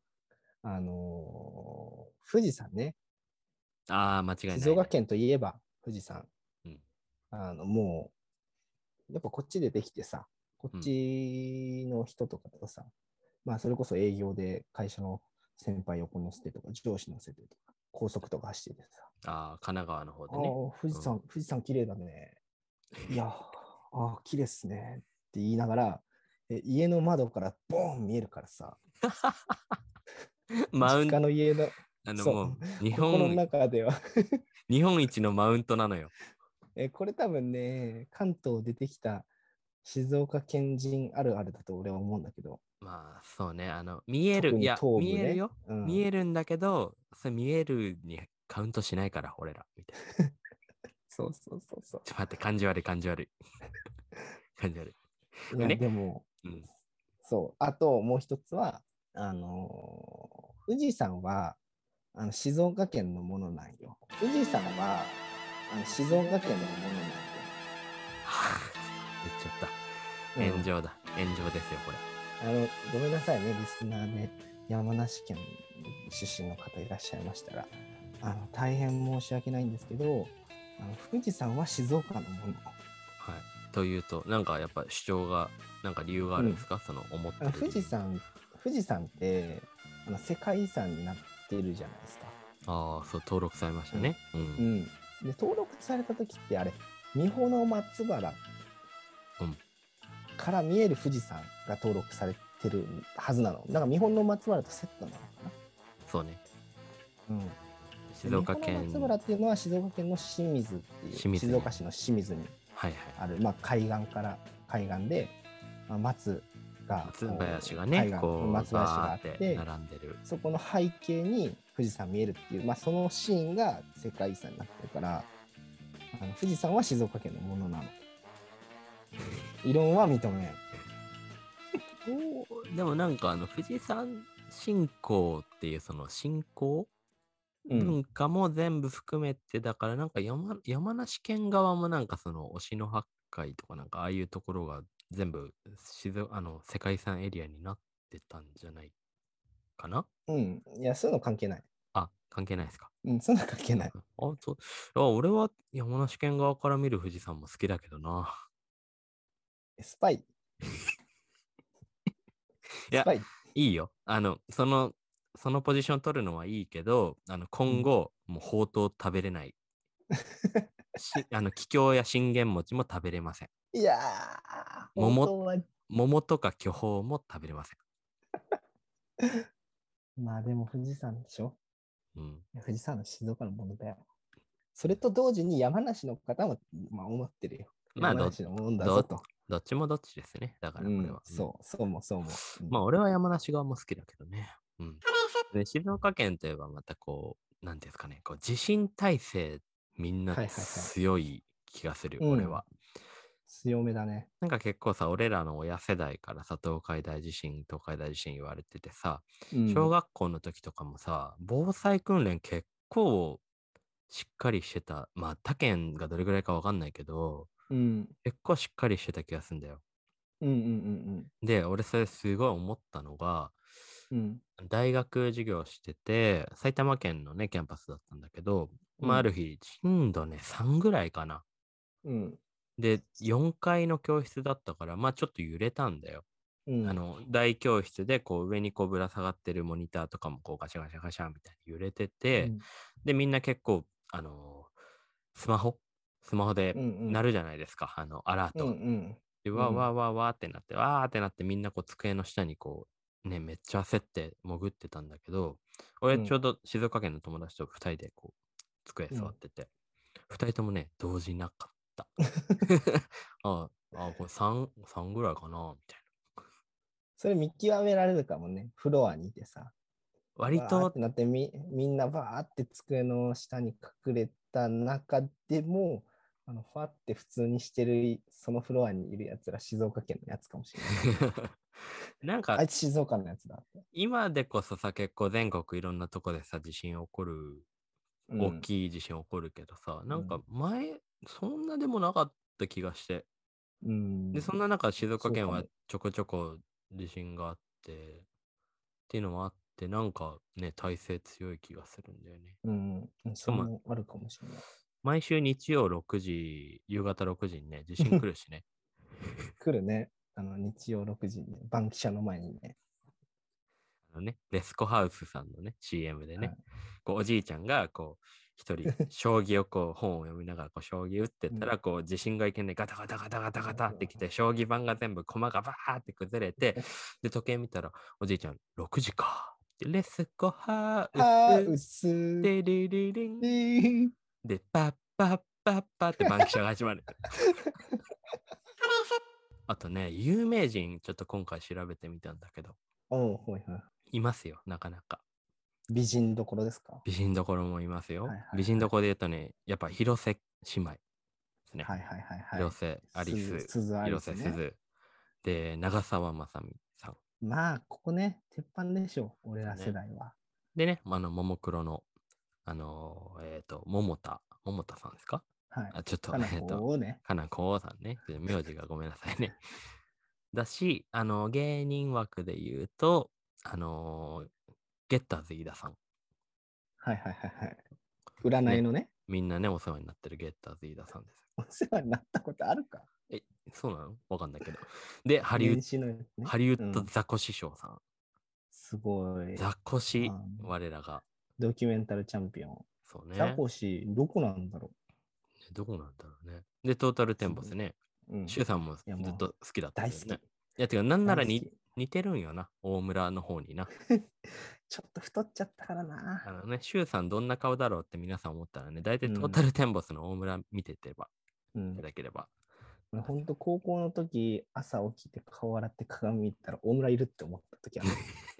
Speaker 2: 富士山ね。
Speaker 1: ああ、間違いないね。
Speaker 2: 静岡県といえば富士山。
Speaker 1: うん。
Speaker 2: もう、やっぱこっちでできてさ、こっ
Speaker 1: うん。
Speaker 2: ちの人とかとさ、まあそれこそ営業で会社の先輩横乗せてとか、上司乗せてとか、高速とか走っててさ、
Speaker 1: ああ、神奈川の方
Speaker 2: あ
Speaker 1: でね。
Speaker 2: あ、
Speaker 1: うん。
Speaker 2: 富士山綺麗だね。いや、ああ、綺麗っすね。って言いながら、家の窓からボーン見えるからさ、
Speaker 1: マウン、
Speaker 2: 実家の家の、
Speaker 1: も
Speaker 2: そう、
Speaker 1: う、
Speaker 2: 心の中では
Speaker 1: 日本一のマウントなのよ。
Speaker 2: これ多分ね、関東出てきた静岡県人あるあるだと俺は思うんだけど、
Speaker 1: まあ、そうね。見える。
Speaker 2: 特に
Speaker 1: いや、
Speaker 2: 東部ね。
Speaker 1: 見えるよ。
Speaker 2: うん。
Speaker 1: 見えるんだけど、それ見えるにカウントしないから、俺ら。みたいな。
Speaker 2: そうそうそうそ
Speaker 1: ちょっと待って、感じ悪い、感じ悪い。感じ悪い。こ
Speaker 2: う。いや、
Speaker 1: れね。
Speaker 2: でも、
Speaker 1: うん。
Speaker 2: そう。あともう一つは、富士山は、静岡県のものなんよ。富士山は、静岡県のものなんよ。
Speaker 1: 言っちゃった。
Speaker 2: うん。
Speaker 1: 炎上だ。炎上ですよ、これ。
Speaker 2: ごめんなさいね、リスナーで山梨県出身の方いらっしゃいましたら、大変申し訳ないんですけど、富士山は静岡のもの。
Speaker 1: はい。というと、なんかやっぱ主張が、なんか理由があ
Speaker 2: うん。
Speaker 1: るんですか？その思ってる理由。
Speaker 2: 富士山って、世界遺産になってるじゃないですか。
Speaker 1: ああ、そう、登録されまし
Speaker 2: うん。
Speaker 1: たね。うん。
Speaker 2: うん。で、登録された時ってあれ、三保の松原
Speaker 1: うん。
Speaker 2: から見える富士山が登録されてるはずなの。だから三保の松原とセットなのか
Speaker 1: そうね。
Speaker 2: な。うん。で、
Speaker 1: 静岡
Speaker 2: 三保の松原
Speaker 1: 県
Speaker 2: っていうのは静岡県の清水っていう、
Speaker 1: 清水に。
Speaker 2: 静岡市の清水に
Speaker 1: はいはい。
Speaker 2: ある、まあ、海岸で、まあ、松が
Speaker 1: 松林
Speaker 2: こう、
Speaker 1: がね、こう、
Speaker 2: 松林があっ
Speaker 1: バーって
Speaker 2: て、
Speaker 1: 並んでる。
Speaker 2: そこの背景に富士山見えるっていう、まあ、そのシーンが世界遺産になってるから、富士山は静岡県のものなの。異論は認めん。
Speaker 1: でもなんか富士山信仰っていうその信仰
Speaker 2: うん。
Speaker 1: 文化も全部含めて、だからなんか山梨県側もなんかその忍野八海とかなんかああいうところが全部世界遺産エリアになってたんじゃないかな？
Speaker 2: うん。いや、そういうの関係ない。
Speaker 1: あ、関係ないですか？
Speaker 2: うん、そういうの関係ない。
Speaker 1: そう。俺は山梨県側から見る富士山も好きだけどな。
Speaker 2: スパイ、
Speaker 1: いや、
Speaker 2: スパイ。
Speaker 1: いいよ。そのポジション取るのはいいけど、
Speaker 2: うん。
Speaker 1: 今後、もうほうとう食べれない桔梗や信玄餅も食べれません。
Speaker 2: いやー、本
Speaker 1: 桃、
Speaker 2: 当は、
Speaker 1: 桃とか巨峰も食べれません。
Speaker 2: まあでも富士山でしょ？
Speaker 1: うん。
Speaker 2: 富士山の静岡のものだよ。それと同時に山梨の方も、まあ、思ってるよ。
Speaker 1: まあ、
Speaker 2: 山梨のもんだぞ
Speaker 1: ど、
Speaker 2: と。
Speaker 1: どっちもどっちですね。だから
Speaker 2: うん、
Speaker 1: これは。うん。
Speaker 2: そうもそうも。うん、
Speaker 1: まあ、俺は山梨側も好きだけどね。うん。で、静岡県といえばまたこう、なんていうんですかね、こう、地震耐性みんな
Speaker 2: はいはいはい。
Speaker 1: 強い気がする、
Speaker 2: うん、
Speaker 1: 俺は。
Speaker 2: 強めだね。
Speaker 1: なんか結構さ、俺らの親世代からさ、東海大地震言われててさ、小
Speaker 2: うん、
Speaker 1: 学校の時とかもさ、防災訓練結構しっかりしてた。まあ、他県がどれぐらいかわかんないけど、
Speaker 2: うん、
Speaker 1: 結構しっかりしてた気がするんだよ。
Speaker 2: うん、うん、
Speaker 1: で、俺それすごい思ったのが、
Speaker 2: うん、
Speaker 1: 大学授業してて、埼玉県のね、キャンパスだったんだけど、まあ、あ
Speaker 2: うん、
Speaker 1: る日、震度ね、3ぐらいかな。
Speaker 2: うん、
Speaker 1: で、4階の教室だったから、まあ、ちょっと揺れたんだよ。
Speaker 2: うん、
Speaker 1: 大教室で、こう、上にこうぶら下がってるモニターとかも、こう、ガシャガシャガシャみたいに揺れてて、
Speaker 2: うん、
Speaker 1: で、みんな結構、スマホスマホで
Speaker 2: うん、
Speaker 1: 鳴るじゃないですか、アラー
Speaker 2: うん、
Speaker 1: トが。
Speaker 2: うん、
Speaker 1: で、
Speaker 2: うん、
Speaker 1: わーってなって、わーってなって、みんなこう、机の下にこう、ね、めっちゃ焦って潜ってたんだけど、俺ちょうど静岡県の友達と二人でこう、机
Speaker 2: うん。
Speaker 1: 座ってて、二人ともね、同時なかった。これ3ぐらいかなみたい
Speaker 2: それ見極められるかもね。フロアにいてさ。
Speaker 1: 割と
Speaker 2: わーってなってみんなバーって机の下に隠れた中でも、ファって普通にしてる、そのフロアにいるやつら静岡県のやつかもしれない。
Speaker 1: なんか
Speaker 2: あいつ静岡のやつだって。
Speaker 1: 今でこそさ、結構全国いろんなとこでさ、地震起こる、大
Speaker 2: うん。
Speaker 1: きい地震起こるけどさ、なんか
Speaker 2: うん。
Speaker 1: 前、そんなでもなかった気がして。
Speaker 2: う
Speaker 1: で、
Speaker 2: ん。
Speaker 1: そんな中、静岡県は
Speaker 2: そうかも。
Speaker 1: ちょこちょこ地震があって、っていうのもあって、なんかね、体勢強い気がするんだよね。
Speaker 2: うん。それ
Speaker 1: しかも、
Speaker 2: もあるかもしれない。
Speaker 1: 毎週日曜6時、夕方6時にね、地震来るしね。
Speaker 2: 来るね。日曜6時にね、バンキシャの前にね。
Speaker 1: レスコハウスさんのね、CM でね、
Speaker 2: はい。
Speaker 1: こうおじいちゃんが、こう、一人、将棋をこう、本を読みながら、こう、将棋打って
Speaker 2: うん。
Speaker 1: たら、こう、地震がいけない、ガタガタガタガタガタってきて、将棋盤が全部、駒がバーって崩れて、で、時計見たら、おじいちゃん、6時か。でレスコハウス、
Speaker 2: ハウス。
Speaker 1: でリリリ
Speaker 2: え
Speaker 1: ン。
Speaker 2: ー、
Speaker 1: で、パッパッパッパってバンキシャが始まる。あとね、有名人、ちょっと今回調べてみたんだけど、
Speaker 2: おう、はいはい。
Speaker 1: いますよ、なかなか。
Speaker 2: 美人どころですか？
Speaker 1: 美人どころもいますよ。
Speaker 2: はいはいはい。
Speaker 1: 美人どころで言うとね、やっぱ広瀬姉妹ですね。
Speaker 2: はいはいはいはい。
Speaker 1: 広瀬アリス、
Speaker 2: 鈴アリ
Speaker 1: 広
Speaker 2: スね。
Speaker 1: 瀬すず、で、長澤まさみさん
Speaker 2: まあ、ここね、鉄板でしょ。俺ら世
Speaker 1: ですね。
Speaker 2: 代は。
Speaker 1: でね、ももクロの、桃田さんですか？
Speaker 2: はい。
Speaker 1: あ、ちょっと、
Speaker 2: かなこをね。
Speaker 1: かなこさんね。名字がごめんなさいね。だし、芸人枠で言うと、あの、ゲッターズ飯田さん。
Speaker 2: はいはいはいはい。占い
Speaker 1: ね。
Speaker 2: のね。
Speaker 1: みんなね、お世話になってるゲッターズ飯田さんです。
Speaker 2: お世話になったことあるか？
Speaker 1: え、そうなのわかんないけど。で、
Speaker 2: 年始のやつね。
Speaker 1: ハリウッ
Speaker 2: うん。
Speaker 1: ドザコシショウさん。
Speaker 2: すごい。
Speaker 1: ザコシ、
Speaker 2: あー
Speaker 1: 我らが。
Speaker 2: ドキュメンタルチャンピオン。ザ
Speaker 1: そうね。
Speaker 2: コシ、どこなんだろ
Speaker 1: どこなんだろうね。で、トータル
Speaker 2: う。すごい。
Speaker 1: テンボスね。
Speaker 2: うん。
Speaker 1: シュウさんも
Speaker 2: いや、
Speaker 1: ずっ
Speaker 2: もう、
Speaker 1: と好きだったけどね。
Speaker 2: 大好き。
Speaker 1: いや、てか、なんなら
Speaker 2: 大好き。
Speaker 1: 似てるんよな。大村の方にな。
Speaker 2: ちょっと太っちゃったからな。
Speaker 1: シュウさんどんな顔だろうって皆さん思ったらね、大体トータ
Speaker 2: うん。
Speaker 1: ルテンボスの大村見ててば、いた
Speaker 2: うん。
Speaker 1: だければ。
Speaker 2: 本当高校の時、朝起きて顔洗って鏡見たら大村いるって思った時ある。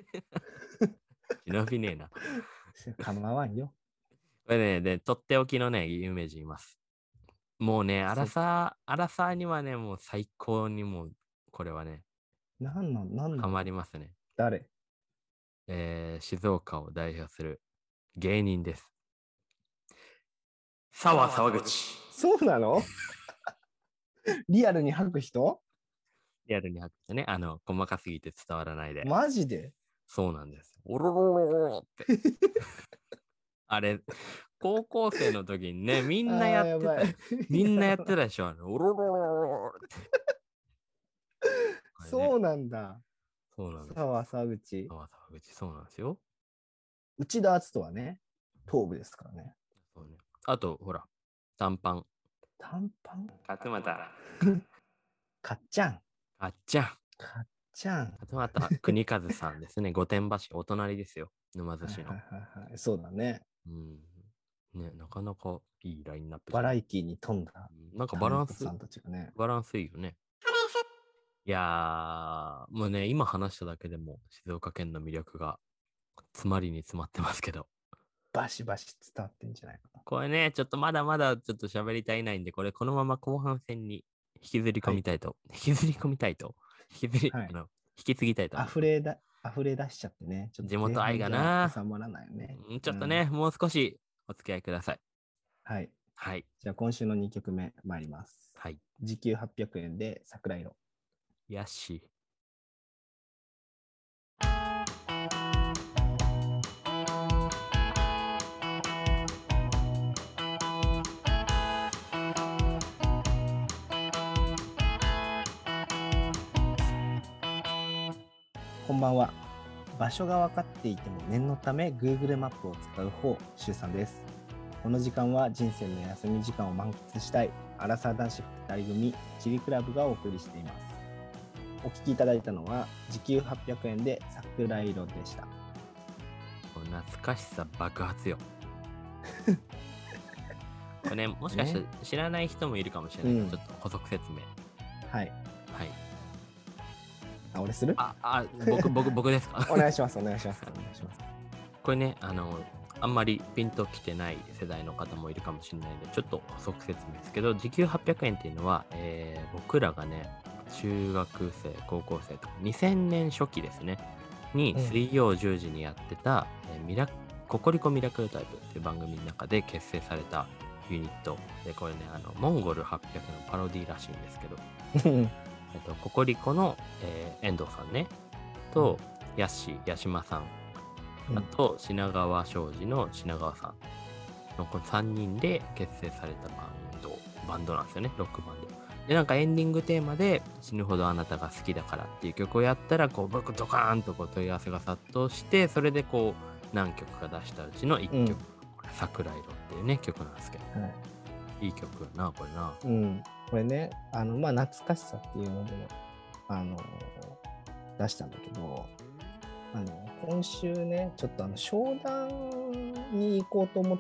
Speaker 1: 忍びねえな。
Speaker 2: 構わんよ。
Speaker 1: これね、で、とっておきのね、有名人います。もうね、アラサーにはね、もう最高にもう、これはね、
Speaker 2: なんな
Speaker 1: ハマり
Speaker 2: の？
Speaker 1: ますね。
Speaker 2: 誰？
Speaker 1: 静岡を代表する芸人です。沢口。
Speaker 2: そうなの？リアルに吐く人？
Speaker 1: リアルに吐くとね、細かすぎて伝わらないで。
Speaker 2: マジで？
Speaker 1: そうなんです。おろろろろろって。あれ、高校生の時にね、み
Speaker 2: あ
Speaker 1: んなや
Speaker 2: あ、
Speaker 1: ってた。
Speaker 2: やばい。
Speaker 1: みんなやって
Speaker 2: やばい。
Speaker 1: たでしょ。おろろろろろって。これね。
Speaker 2: そうなんだ。
Speaker 1: そうなんです。
Speaker 2: 沢口。
Speaker 1: 沢口、そうなんですよ。
Speaker 2: 内田篤人はね、頭部ですからね。
Speaker 1: そうね。あと、ほら、短パン。
Speaker 2: 短パン？
Speaker 1: 勝俣。
Speaker 2: かっちゃん。
Speaker 1: かっちゃん。
Speaker 2: かっちゃん。
Speaker 1: 勝俣国和さんですね。御殿場市、お隣ですよ。沼津
Speaker 2: はいはい
Speaker 1: 市の。
Speaker 2: はいはい。そうだね。
Speaker 1: うん。ね、なかなかいいラインナップじ
Speaker 2: バ
Speaker 1: ゃない。
Speaker 2: ラエティに富んだ
Speaker 1: なんか
Speaker 2: タレントさんたちがね。
Speaker 1: バランスいいよね。いやー、もうね、今話しただけでも静岡県の魅力が詰まりに詰まってますけど。
Speaker 2: バシバシ伝わってんじゃないかな。
Speaker 1: これね、ちょっとまだまだちょっと喋り足りないんで、これこのまま後半戦に引きずり込
Speaker 2: はい。
Speaker 1: みたいと、引きずり込みたいと、引きずり、
Speaker 2: はい。
Speaker 1: 引き継ぎたいと思います。
Speaker 2: 溢れ出しちゃってね。ちょっと前
Speaker 1: 地元愛
Speaker 2: 半じゃ
Speaker 1: がな、
Speaker 2: 収まらないよね。
Speaker 1: ちょ
Speaker 2: うん。
Speaker 1: っとね、もう少しお付き合いください。
Speaker 2: はい。
Speaker 1: はい。
Speaker 2: じゃあ今週の2曲目参ります。
Speaker 1: はい。
Speaker 2: 時給800円で桜色。
Speaker 1: やっし
Speaker 2: こんばんは。場所が分かっていても念のため Google マップを使う方、しゅうさんです。この時間は人生の休み時間を満喫したいアラサー男子2人組チリクラブがお送りしています。お聞きいただいたのは時給800円で桜色でした。
Speaker 1: 懐かしさ爆発よ。これね、もしかしたら知らない人もいるかもしれないけど、ちょっと補足説明。
Speaker 2: はい。
Speaker 1: はい。
Speaker 2: 俺する？
Speaker 1: 僕ですか？
Speaker 2: お願いします。お願いします。お願いします。
Speaker 1: これね、あんまりピンときてない世代の方もいるかもしれないので、ちょっと補足説明ですけど、時給800円っていうのは、僕らがね、中学生、高校生とか、2000年初期ですね、に水曜10時にやってた、ココリコミラクルタイプっていう番組の中で結成されたユニットで、これね、モンゴル800のパロディらしいんですけど、ココリコの、遠藤さんね、と、ヤッシー、八島さん、あと、品川庄司の品川さんのこの3人で結成されたバンドなんですよね、ロックバンド。で、なんかエンディングテーマで死ぬほどあなたが好きだからっていう曲をやったら、こう、僕ドカーンとこう問い合わせが殺到して、それでこう、何曲か出したうちの1曲、これ、桜色っていうね、曲なんですけど。いい曲やな、これな。
Speaker 2: これね、まあ、懐かしさっていうので、出したんだけど、今週ね、ちょっと商談に行こうと思って、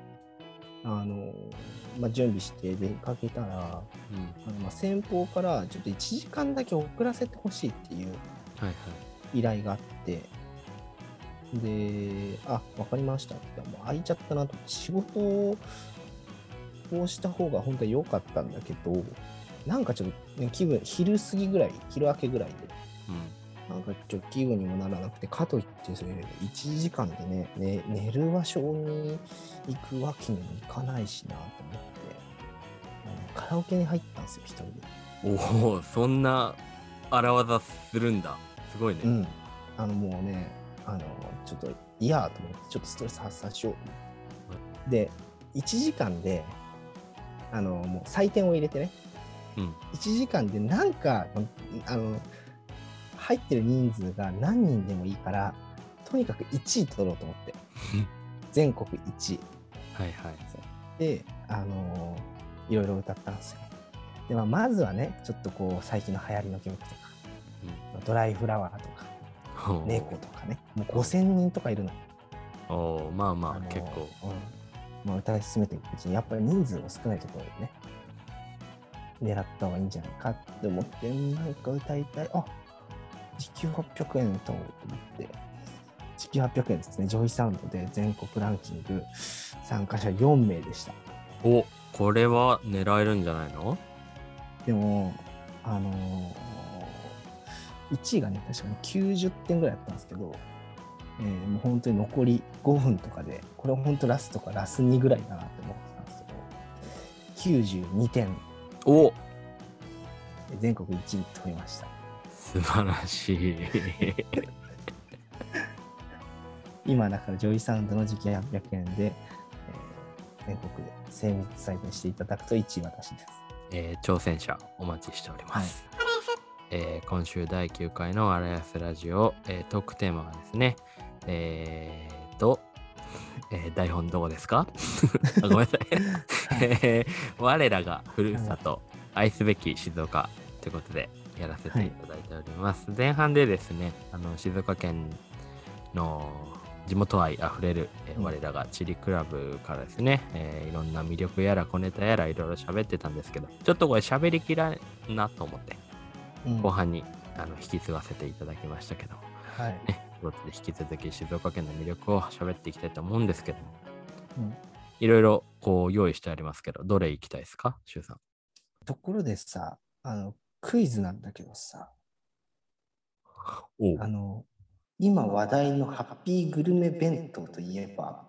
Speaker 2: まあ、準備して出かけたら、まあ、先方からちょっと1時間だけ遅らせてほしいっていう依頼があって、で、わかりましたって、もう空いちゃったなと思って、仕事をした方が本当は良かったんだけど、なんかちょっと、ね、昼明けぐらいで、なんかちょっと気分にもならなくて、かといってそれ1時間でね、寝る場所に行くわけにもいかないしなと思って、カラオケに入ったんですよ、一人で。
Speaker 1: おお、そんな荒技するんだ。すごいね。
Speaker 2: もうね、ちょっと嫌と思って、ちょっとストレス発散しようと思って。で、1時間で、もう採点を入れてね、1時間でなんか、入ってる人数が何人でもいいから、とにかく1位取ろうと思って。全国1位。で、いろいろ歌ったんですよ。で、まずはね、ちょっとこう、最近の流行りの曲とか、ドライフラワーとか、猫とかね、もう5000人とかいるの。
Speaker 1: まあまあ、結構。
Speaker 2: まあ、歌い進めていくうちに、やっぱり人数の少ないところでね、狙った方がいいんじゃないかって思って、なんか歌いたい。時給800円と思って、時給800円ですね。ジョイサウンドで全国ランキング参加者4名でした。
Speaker 1: これは狙えるんじゃないの？
Speaker 2: でも、1位がね、確かに90点ぐらいだったんですけど、もう本当に残り5分とかで、これは本当ラストかラス2ぐらいだなって思ってたんですけど、92点。全国1位取りました。
Speaker 1: 素晴らしい。
Speaker 2: 今だからジョイサウンドの時給800円で、全国で精密採点していただくと1位私です。
Speaker 1: 挑戦者お待ちしております。今週第9回のアラヤスラジオ、トークテーマがですね、台本どこですか？ごめんなさい。我らがふるさと、愛すべき静岡ということでやらせていただいております。前半でですね、静岡県の地元愛あふれる、我らがチリクラブからですね、いろんな魅力やら小ネタやらいろいろ喋ってたんですけど、ちょっとこれ喋りきらんなと思って、後半に引き継がせていただきましたけど、ということで引き続き静岡県の魅力を喋っていきたいと思うんですけど、いろいろこう用意してありますけど、どれ行きたいですか、シュウさん。
Speaker 2: ところでさ、クイズなんだけどさ、今話題のハッピーグルメ弁当といえば、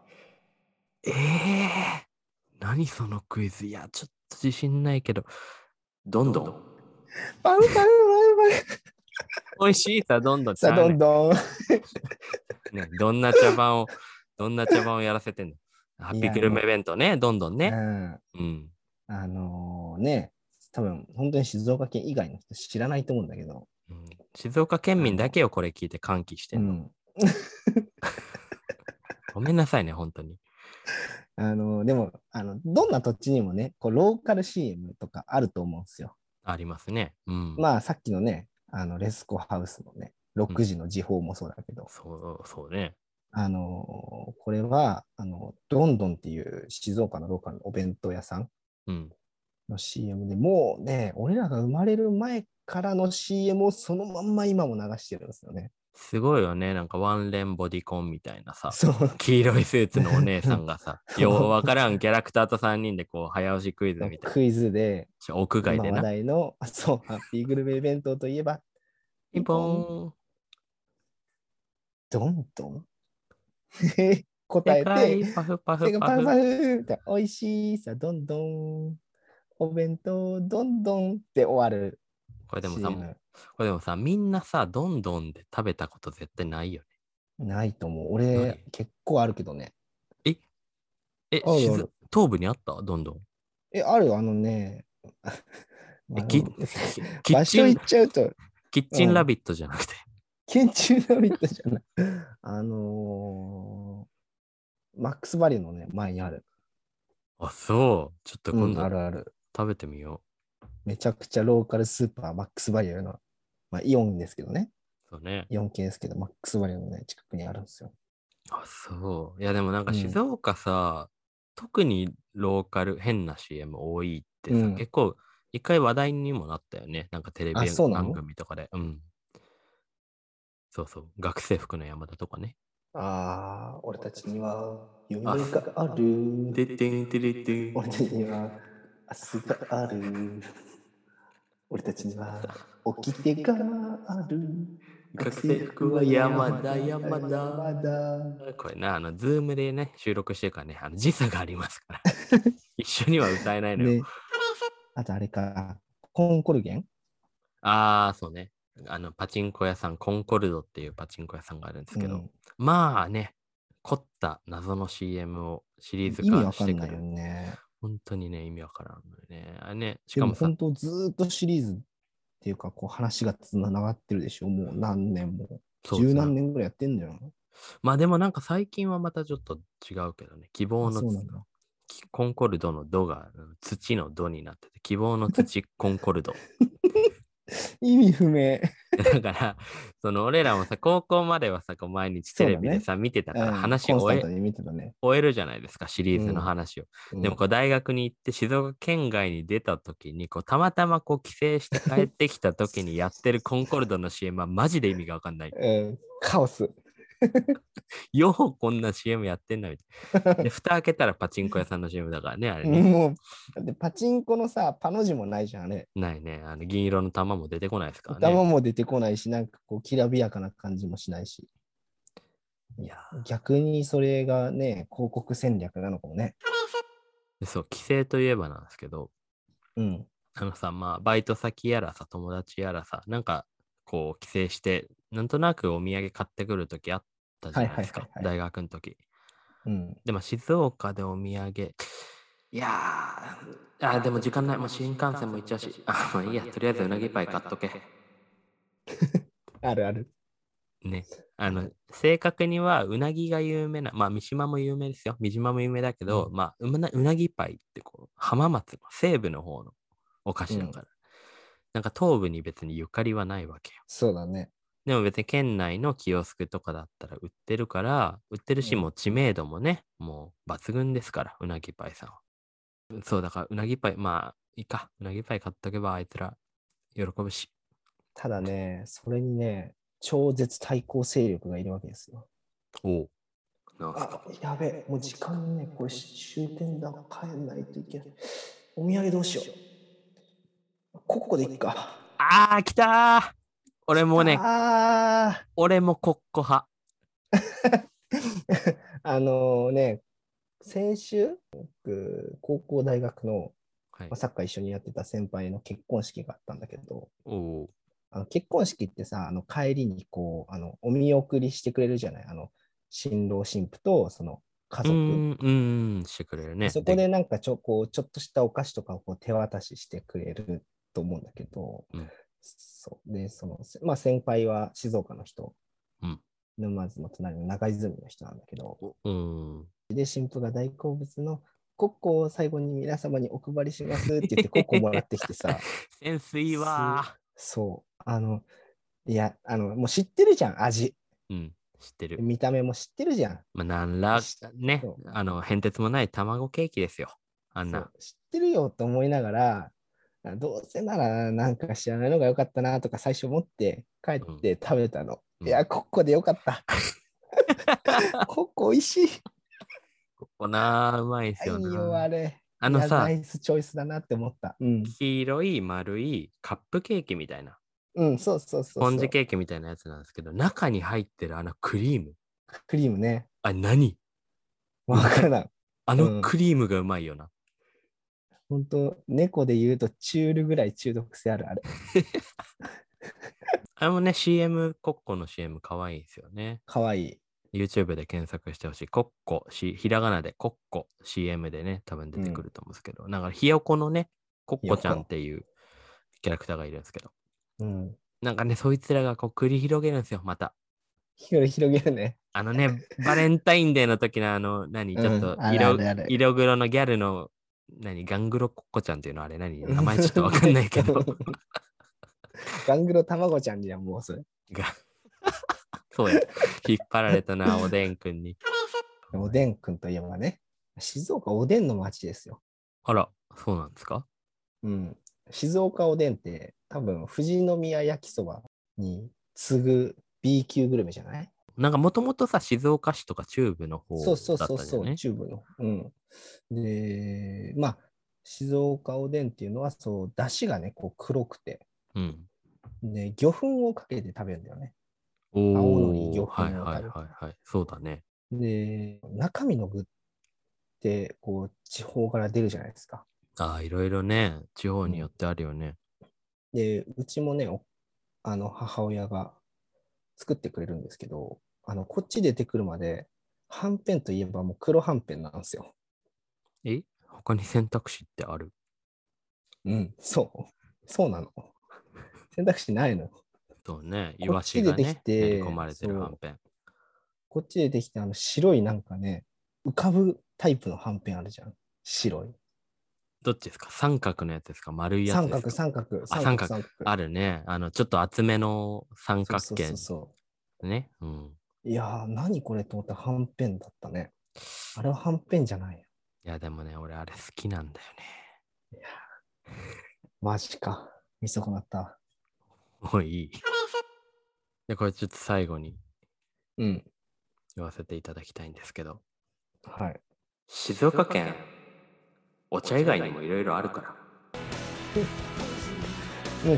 Speaker 1: 何そのクイズ。いや、ちょっと自信ないけど、どんどん。
Speaker 2: パン。
Speaker 1: 美味しいさ、どんどん。
Speaker 2: さあ、どんどん。
Speaker 1: ね、どんな茶番をやらせてんの。ハッピーグルメ弁当ね、どんどんね。
Speaker 2: 多分、本当に静岡県以外の人知らないと思うんだけど。
Speaker 1: 静岡県民だけをこれ聞いて歓喜してんの。ごめんなさいね、本当に。
Speaker 2: でも、どんな土地にもね、こうローカル CM とかあると思うんですよ。
Speaker 1: ありますね。
Speaker 2: まあ、さっきのね、レスコハウスのね、6時の時報もそうだけど。
Speaker 1: そうね。
Speaker 2: これは、どんどんっていう静岡のローカルのお弁当屋さんの CM で、もうね、俺らが生まれる前からの CM をそのまんま今も流してるんですよね。
Speaker 1: すごいよね。なんかワンレンボディコンみたいなさ、
Speaker 2: そう。
Speaker 1: 黄色いスーツのお姉さんがさ、
Speaker 2: そう
Speaker 1: ようわからんキャラクターと3人でこう、早押しクイズみたい
Speaker 2: クイズで、
Speaker 1: な。屋外
Speaker 2: 今話
Speaker 1: でな。
Speaker 2: 題の、そう、ハッピーグルメ弁当といえば、
Speaker 1: ピンポ
Speaker 2: ピンポン、
Speaker 1: ーン。
Speaker 2: ドンドン
Speaker 1: 正
Speaker 2: 答えて、
Speaker 1: 解、パフパフパフ。
Speaker 2: 手がパフパフって、美味しいさ、どんどん、お弁当、どんどんって終わる
Speaker 1: これでもさ、
Speaker 2: CM。
Speaker 1: みんなさ、どんどんで食べたこと絶対ないよ
Speaker 2: ないと思う。
Speaker 1: ね。
Speaker 2: 俺、結構あるけどね。
Speaker 1: え、
Speaker 2: あるある。
Speaker 1: 東部にあったどんどん。
Speaker 2: あるよ、
Speaker 1: え、
Speaker 2: あの、
Speaker 1: キッチン、
Speaker 2: 場所行っちゃうと、
Speaker 1: キッチンラ
Speaker 2: うん、
Speaker 1: ビットじゃなくて。
Speaker 2: 県中ラビットじゃない。マックスバリューのね、前にある。
Speaker 1: あ、そう。ちょっと
Speaker 2: うん、
Speaker 1: 今度
Speaker 2: あるある。
Speaker 1: 食べてみよ
Speaker 2: めちゃくちゃローカルスーパー、マックスバリューの、まあ、イオンですけどね。
Speaker 1: う。そうね。
Speaker 2: イオン系ですけど、マックスバリューのね、近くにあるんですよ。
Speaker 1: あ、そう。いや、でもなんか静
Speaker 2: うん。
Speaker 1: 岡さ、特にローカル変な CM 多いってさ、
Speaker 2: うん。
Speaker 1: 結構一回話題にもなったよね。なんかテレ
Speaker 2: あ、
Speaker 1: ビ番
Speaker 2: そうなの？
Speaker 1: 組とかで。うん。そうそう。学生服の山田とかね。
Speaker 2: ああ、俺たちには
Speaker 1: あ、
Speaker 2: 夢がある。
Speaker 1: てってんてれってん。
Speaker 2: 俺たちには明日がある。俺たちには掟がある。学
Speaker 1: 学生
Speaker 2: 生服は
Speaker 1: 服は山田、
Speaker 2: 山田、
Speaker 1: 山
Speaker 2: 山
Speaker 1: 田。
Speaker 2: 田。
Speaker 1: これな、ズームでね、収録してるからね、時差がありますから。一緒には歌えないのよ。
Speaker 2: ね、あとあれか、コンコルゲン。
Speaker 1: ああ、そうね。パチンコ屋さん、コンコルドっていうパチンコ屋さんがあるんですけど、
Speaker 2: うん。
Speaker 1: まあね、凝った謎の CM をシリーズ
Speaker 2: 意味
Speaker 1: 化
Speaker 2: わかんないよ
Speaker 1: してくる。
Speaker 2: ね。
Speaker 1: 本当にね、意味わからんのよね。あれね、し
Speaker 2: でも
Speaker 1: かもさ、
Speaker 2: 本当ずーっとシリーズっていうか、こう話がつながってるでしょ。もう何年も。十
Speaker 1: そうですね。
Speaker 2: 何年ぐらいやってんだよ。
Speaker 1: まあでもなんか最近はまたちょっと違うけどね、希望
Speaker 2: あ、
Speaker 1: の
Speaker 2: そうなんだ。
Speaker 1: コンコルドのドが土のドになってて、希望の土コンコルド。
Speaker 2: 意味不明。
Speaker 1: だから、俺らもさ、高校まではさ、こう毎日テ
Speaker 2: そうだね。
Speaker 1: レビでさ、見てたから
Speaker 2: うん。コンスタントに見てたね。
Speaker 1: 終えるじゃないですか、シリーズの
Speaker 2: うん。
Speaker 1: 話を。でも、
Speaker 2: うん。
Speaker 1: こう、大学に行って、静岡県外に出た時に、こう、たまたまこう、帰省して帰ってきた時にやってるコンコルドの CM はマジで意味がわかんない。
Speaker 2: うん、カオス。
Speaker 1: ようこんな CM やってんだみたいな。で、蓋開けたらパチンコ屋さんの CM だからね、あれね。
Speaker 2: もう、だってパチンコのさ、パの字もないじゃん、あれ。
Speaker 1: ないね。銀色の玉も出てこないですからね。
Speaker 2: 頭も出てこないし、なんかこう、きらびやかな感じもしないし。
Speaker 1: いや
Speaker 2: 逆にそれがね、広告戦略なのかもね。
Speaker 1: そう、帰省といえばなんですけど、
Speaker 2: うん。
Speaker 1: まあ、バイト先やらさ、友達やらさ、なんか、こう、帰省して、なんとなくお土産買ってくるときあったじ
Speaker 2: はい
Speaker 1: ゃないですか。
Speaker 2: はいはいはい。
Speaker 1: 大学のとき。
Speaker 2: うん。
Speaker 1: で、まあ、静岡でお土産。いやでも時間ない。もう新幹線も行っちゃうし。まあいいや。とりあえずうなぎパイ買っとけ。
Speaker 2: あるある。
Speaker 1: ね。
Speaker 2: ある。
Speaker 1: 正確にはうなぎが有名な、まあ、三島も有名ですよ。三島も有名だけど、
Speaker 2: うん。
Speaker 1: まあ、うなぎパイってこう、浜松の西部の方のお菓
Speaker 2: うん。
Speaker 1: 子だから。なんか東部に別にゆかりはないわけよ。
Speaker 2: そうだね。
Speaker 1: でも別に県内のキオスクとかだったら売ってるから、売ってるし、
Speaker 2: うん。
Speaker 1: もう知名度もね、もう抜群ですから、うなぎパイさんは。そう、だからうなぎパイ、まあ、いいか。うなぎパイ買っとけばあいつら喜ぶし。
Speaker 2: ただね、それにね、超絶対抗勢力がいるわけですよ。
Speaker 1: おう。なんすか。
Speaker 2: あ、やべえ、もう時間ね、これ終点だ、帰んないといけない。お土産どうしよう。コッコでいっか。
Speaker 1: あー、来たー。俺
Speaker 2: きた
Speaker 1: もね、
Speaker 2: ー。
Speaker 1: 俺もコッコ派。
Speaker 2: ね、先週、高校大学の
Speaker 1: はい。
Speaker 2: サッカー一緒にやってた先輩の結婚式があったんだけど、
Speaker 1: おう。
Speaker 2: 結婚式ってさ、帰りにこう、お見送りしてくれるじゃない。新郎新婦とその家族。
Speaker 1: してくれる
Speaker 2: で
Speaker 1: ね。で、
Speaker 2: そこでなんかこう、ちょっとしたお菓子とかをこう手渡ししてくれると思うんだけど、
Speaker 1: うん、
Speaker 2: そう。で、まあ先輩は静岡の人、
Speaker 1: うん。
Speaker 2: 沼津の隣の長泉の人なんだけど、
Speaker 1: うん。
Speaker 2: で、新婦が大好物のコッコを最後に皆様にお配りしますって言ってコッコをもらってきてさ、
Speaker 1: センスいいわ
Speaker 2: そう、もう知ってるじゃん、味。
Speaker 1: ー。うん、知ってる。
Speaker 2: 見た目も知ってるじゃん。
Speaker 1: まあ、なんら、
Speaker 2: し
Speaker 1: ね、
Speaker 2: そう
Speaker 1: 変哲もない卵ケーキですよ。あんな。
Speaker 2: そう、知ってるよと思いながら、どうせならなんか知らないのが良かったなとか最初思って帰っ
Speaker 1: うん。
Speaker 2: て食べたの。
Speaker 1: うん
Speaker 2: いや、コッコでよかった。コッコ美味しい。
Speaker 1: ここな、うまいんすよ
Speaker 2: いいよ、
Speaker 1: な。
Speaker 2: あれ。いや、ナ
Speaker 1: さ、
Speaker 2: イスチョイスだなって思った。うん。
Speaker 1: 黄色い丸いカップケーキみたいな、
Speaker 2: うん、そうそう
Speaker 1: スポン
Speaker 2: そうそう。
Speaker 1: ジケーキみたいなやつなんですけど、中に入ってるあのクリーム。
Speaker 2: クリームね。
Speaker 1: あ、何うまい。
Speaker 2: わからん。
Speaker 1: あの
Speaker 2: うん。
Speaker 1: クリームがうまいよな。
Speaker 2: 本当猫で言うとチュールぐらい中毒性ある、あれ。
Speaker 1: あれもね、CM、コッコの CM かわいいんですよね。
Speaker 2: かわいい。
Speaker 1: YouTube で検索してほしい。コッコ、ひらがなでコッコ CM でね、多分出てくると思うんですけど、なんかひよこのね、コッコちゃんっ
Speaker 2: 横。
Speaker 1: ていうキャラクターがいるんですけど、
Speaker 2: うん。
Speaker 1: なんかね、そいつらがこう繰り広げるんですよ、また。
Speaker 2: 広げるね。
Speaker 1: あのね、バレンタインデーの時のちょっ
Speaker 2: うん。あるあ
Speaker 1: と
Speaker 2: るある。
Speaker 1: 色黒のギャルの、ガングロコッコちゃんっていうのはあれ名前ちょっとわかんないけど
Speaker 2: ガングロ卵ちゃんじゃん、もうそれ。
Speaker 1: が、そうや、引っ張られたな、おでんくんに。
Speaker 2: おでんくんといえばね、静岡おでんの町ですよ。
Speaker 1: あら、そうなんですか？
Speaker 2: うん。静岡おでんって多分富士宮焼きそばに次ぐ B 級グルメじゃない？
Speaker 1: なんかもともとさ、静岡市とか中部の方
Speaker 2: そうそう
Speaker 1: だっ
Speaker 2: そうそう、
Speaker 1: たんじゃね？
Speaker 2: 中部の。うん。で、まあ、静岡おでんっていうのは、そう、出汁がね、こう黒くて、
Speaker 1: うん。
Speaker 2: で、魚粉をかけて食べるんだよね。青のり、
Speaker 1: おー、
Speaker 2: 魚粉
Speaker 1: はいはい
Speaker 2: を食べて。
Speaker 1: はいはい。そうだね。
Speaker 2: で、中身の具って、こう、地方から出るじゃないですか。
Speaker 1: ああ、いろいろね、地方
Speaker 2: うん。
Speaker 1: によってあるよね。
Speaker 2: で、うちもね、母親が作ってくれるんですけど、こっち出てくるまで、はんぺんといえばもう黒はんぺんなんですよ。
Speaker 1: 他に選択肢ってある？
Speaker 2: うん、そう。そうなの。選択肢ないのよ。
Speaker 1: そうね、イ
Speaker 2: こっ
Speaker 1: ワ
Speaker 2: ち出てき
Speaker 1: シがね、練り込
Speaker 2: て、
Speaker 1: まれてるはんぺん。
Speaker 2: こっち出てきて、白いなんかね、浮かぶタイプのはんぺんあるじゃん。白い。
Speaker 1: どっちですか？三角のやつですか？丸いやつ
Speaker 2: 三角、
Speaker 1: ですか？
Speaker 2: 三角、
Speaker 1: あ、
Speaker 2: 三角、
Speaker 1: 三角。
Speaker 2: 三角。
Speaker 1: あるね。ちょっと厚めの三
Speaker 2: そうそうそう
Speaker 1: 角形
Speaker 2: そ
Speaker 1: ね。うん。
Speaker 2: う。いやー、何これと思ったらはんぺんだったね。あれははんぺんじゃないよ。
Speaker 1: いや、でもね、俺あれ好きなんだよ
Speaker 2: いやマジか。見損なった。
Speaker 1: ね。もういい。で、これちょっと最後に
Speaker 2: うん。
Speaker 1: 言わせていただきたいんですけど、
Speaker 2: はい。
Speaker 1: 静岡県、お茶以外にもいろいろあるから。
Speaker 2: ね、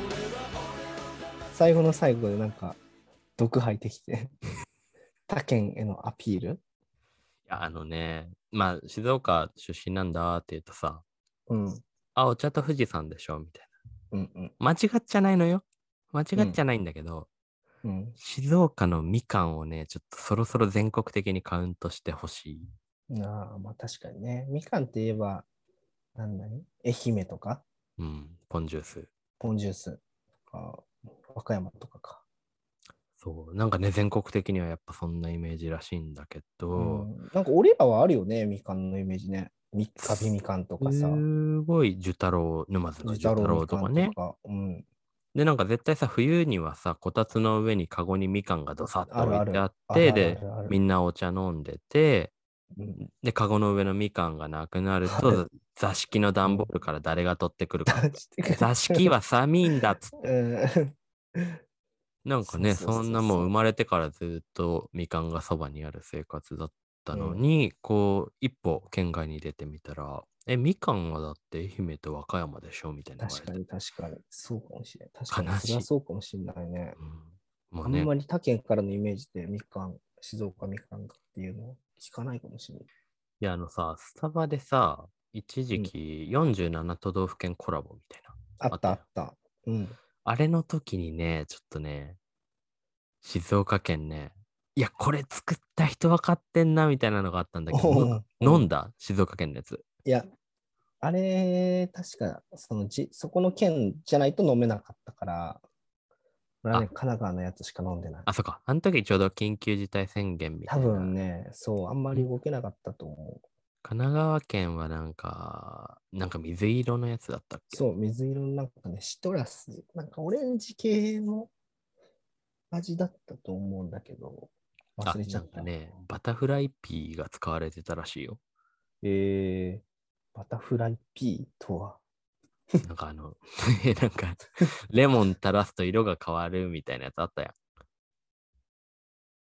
Speaker 2: 最後の最後でなんか、毒吐いてきて、他県へのアピール。
Speaker 1: いや、まあ、静岡出身なんだって言うとさ、
Speaker 2: うん。
Speaker 1: あ、お茶と富士山でしょみたい
Speaker 2: うん。うん。
Speaker 1: な。間違っちゃないのよ。間違
Speaker 2: うん。
Speaker 1: っちゃないんだけど、
Speaker 2: うん。
Speaker 1: 静岡のみかんをね、ちょっとそろそろ全国的にカウントしてほしい。
Speaker 2: ああ、まあ確かにね。みかんって言えば、なんだい愛媛とか、
Speaker 1: うん、ポンジュース。
Speaker 2: ポンジュースとか、和歌山とかか。
Speaker 1: そう、なんかね、全国的にはやっぱそんなイメージらしいんだけど、
Speaker 2: うん。なんか俺らはあるよね、みかんのイメージね。三日日みかんとかさ、
Speaker 1: すごい樹太郎、沼津の
Speaker 2: 寿
Speaker 1: 樹太
Speaker 2: 太郎みか
Speaker 1: 郎とかね。
Speaker 2: んとか、うん。
Speaker 1: で、なんか絶対さ、冬にはさ、こたつの上にカゴにみかんがどさっと
Speaker 2: あるある、
Speaker 1: 置いてあって、
Speaker 2: あるあるあ
Speaker 1: で、
Speaker 2: るある。
Speaker 1: みんなお茶飲んでて、
Speaker 2: うん。
Speaker 1: で、カゴの上のみかんがなくなる
Speaker 2: ある。
Speaker 1: と、座敷の段ボー
Speaker 2: うん。
Speaker 1: ルから誰が取ってくるかみたい
Speaker 2: してく
Speaker 1: な。座敷は寒いんだっつって。
Speaker 2: うん。
Speaker 1: なんかね、
Speaker 2: そうそう
Speaker 1: そんな
Speaker 2: そうそ
Speaker 1: もう生まれてからずっとみかんがそばにある生活だった
Speaker 2: う。うん。
Speaker 1: のに、こう、一歩県外に出てみたら、みかんはだって愛媛と和歌山でしょみたいな言われて。
Speaker 2: 確かに確かに。そうかもしれない。確かに、それは
Speaker 1: 悲しい。
Speaker 2: そうかもしれないね。
Speaker 1: うん、もうね、
Speaker 2: あんまり他県からのイメージでみかん、静岡みかんっていうのを聞かないかもしれない。
Speaker 1: いや、スタバでさ、一
Speaker 2: うん。
Speaker 1: 時期47都道府県コラボみたいな、
Speaker 2: あっ
Speaker 1: あったよ。
Speaker 2: たあった。うん。
Speaker 1: あれの時にね、ちょっとね、静岡県ね、いや、これ作った人分かってんな、みたいなのがあったんだけど、
Speaker 2: おううん。
Speaker 1: 飲んだ静岡県のやつ。
Speaker 2: いや、あれ、確か、そこの県じゃないと飲めなかったから、俺はね、
Speaker 1: あ、
Speaker 2: 神奈川のやつしか飲んでない。
Speaker 1: そっか。あの時ちょうど緊急事態宣言み
Speaker 2: 多
Speaker 1: たいな。
Speaker 2: 分ね、そう、あんまり動けなかったと思う。
Speaker 1: 神奈川県はなんか水色のやつだったっけ？
Speaker 2: そう、水色のなんかね、シトラス、なんかオレンジ系の味だったと思うんだけど、忘れち
Speaker 1: な
Speaker 2: ゃった。
Speaker 1: んかね、バタフライピーが使われてたらしいよ。
Speaker 2: バタフライピーとは。
Speaker 1: なんかなんか、レモン垂らすと色が変わるみたいなやつあったやん。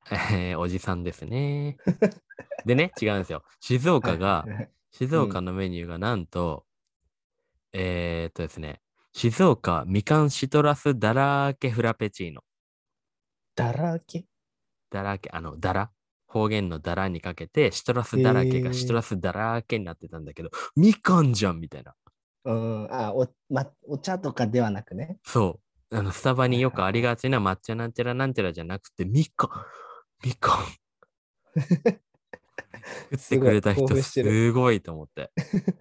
Speaker 1: おじさんですね。でね、違うんですよ。静
Speaker 2: はい
Speaker 1: 岡が、
Speaker 2: はいはい。
Speaker 1: 静岡のメニューがなんと、ですね、静岡みかんシトラスだらけフラペチーノ。
Speaker 2: だらけ。
Speaker 1: だらけ、だら。方言のだらにかけて、シトラスだらけがシトラスだらけになってたんだけど、みかんじゃんみたいな。
Speaker 2: うん、お茶とかではなくね。
Speaker 1: そう。スタバ
Speaker 2: はい
Speaker 1: によくあり
Speaker 2: はいはい。
Speaker 1: がちな抹茶なんちゃらなんちゃらじゃなくて、みかん。作ってく
Speaker 2: すごい、興
Speaker 1: れた人
Speaker 2: 奮してる。
Speaker 1: すごいと思って。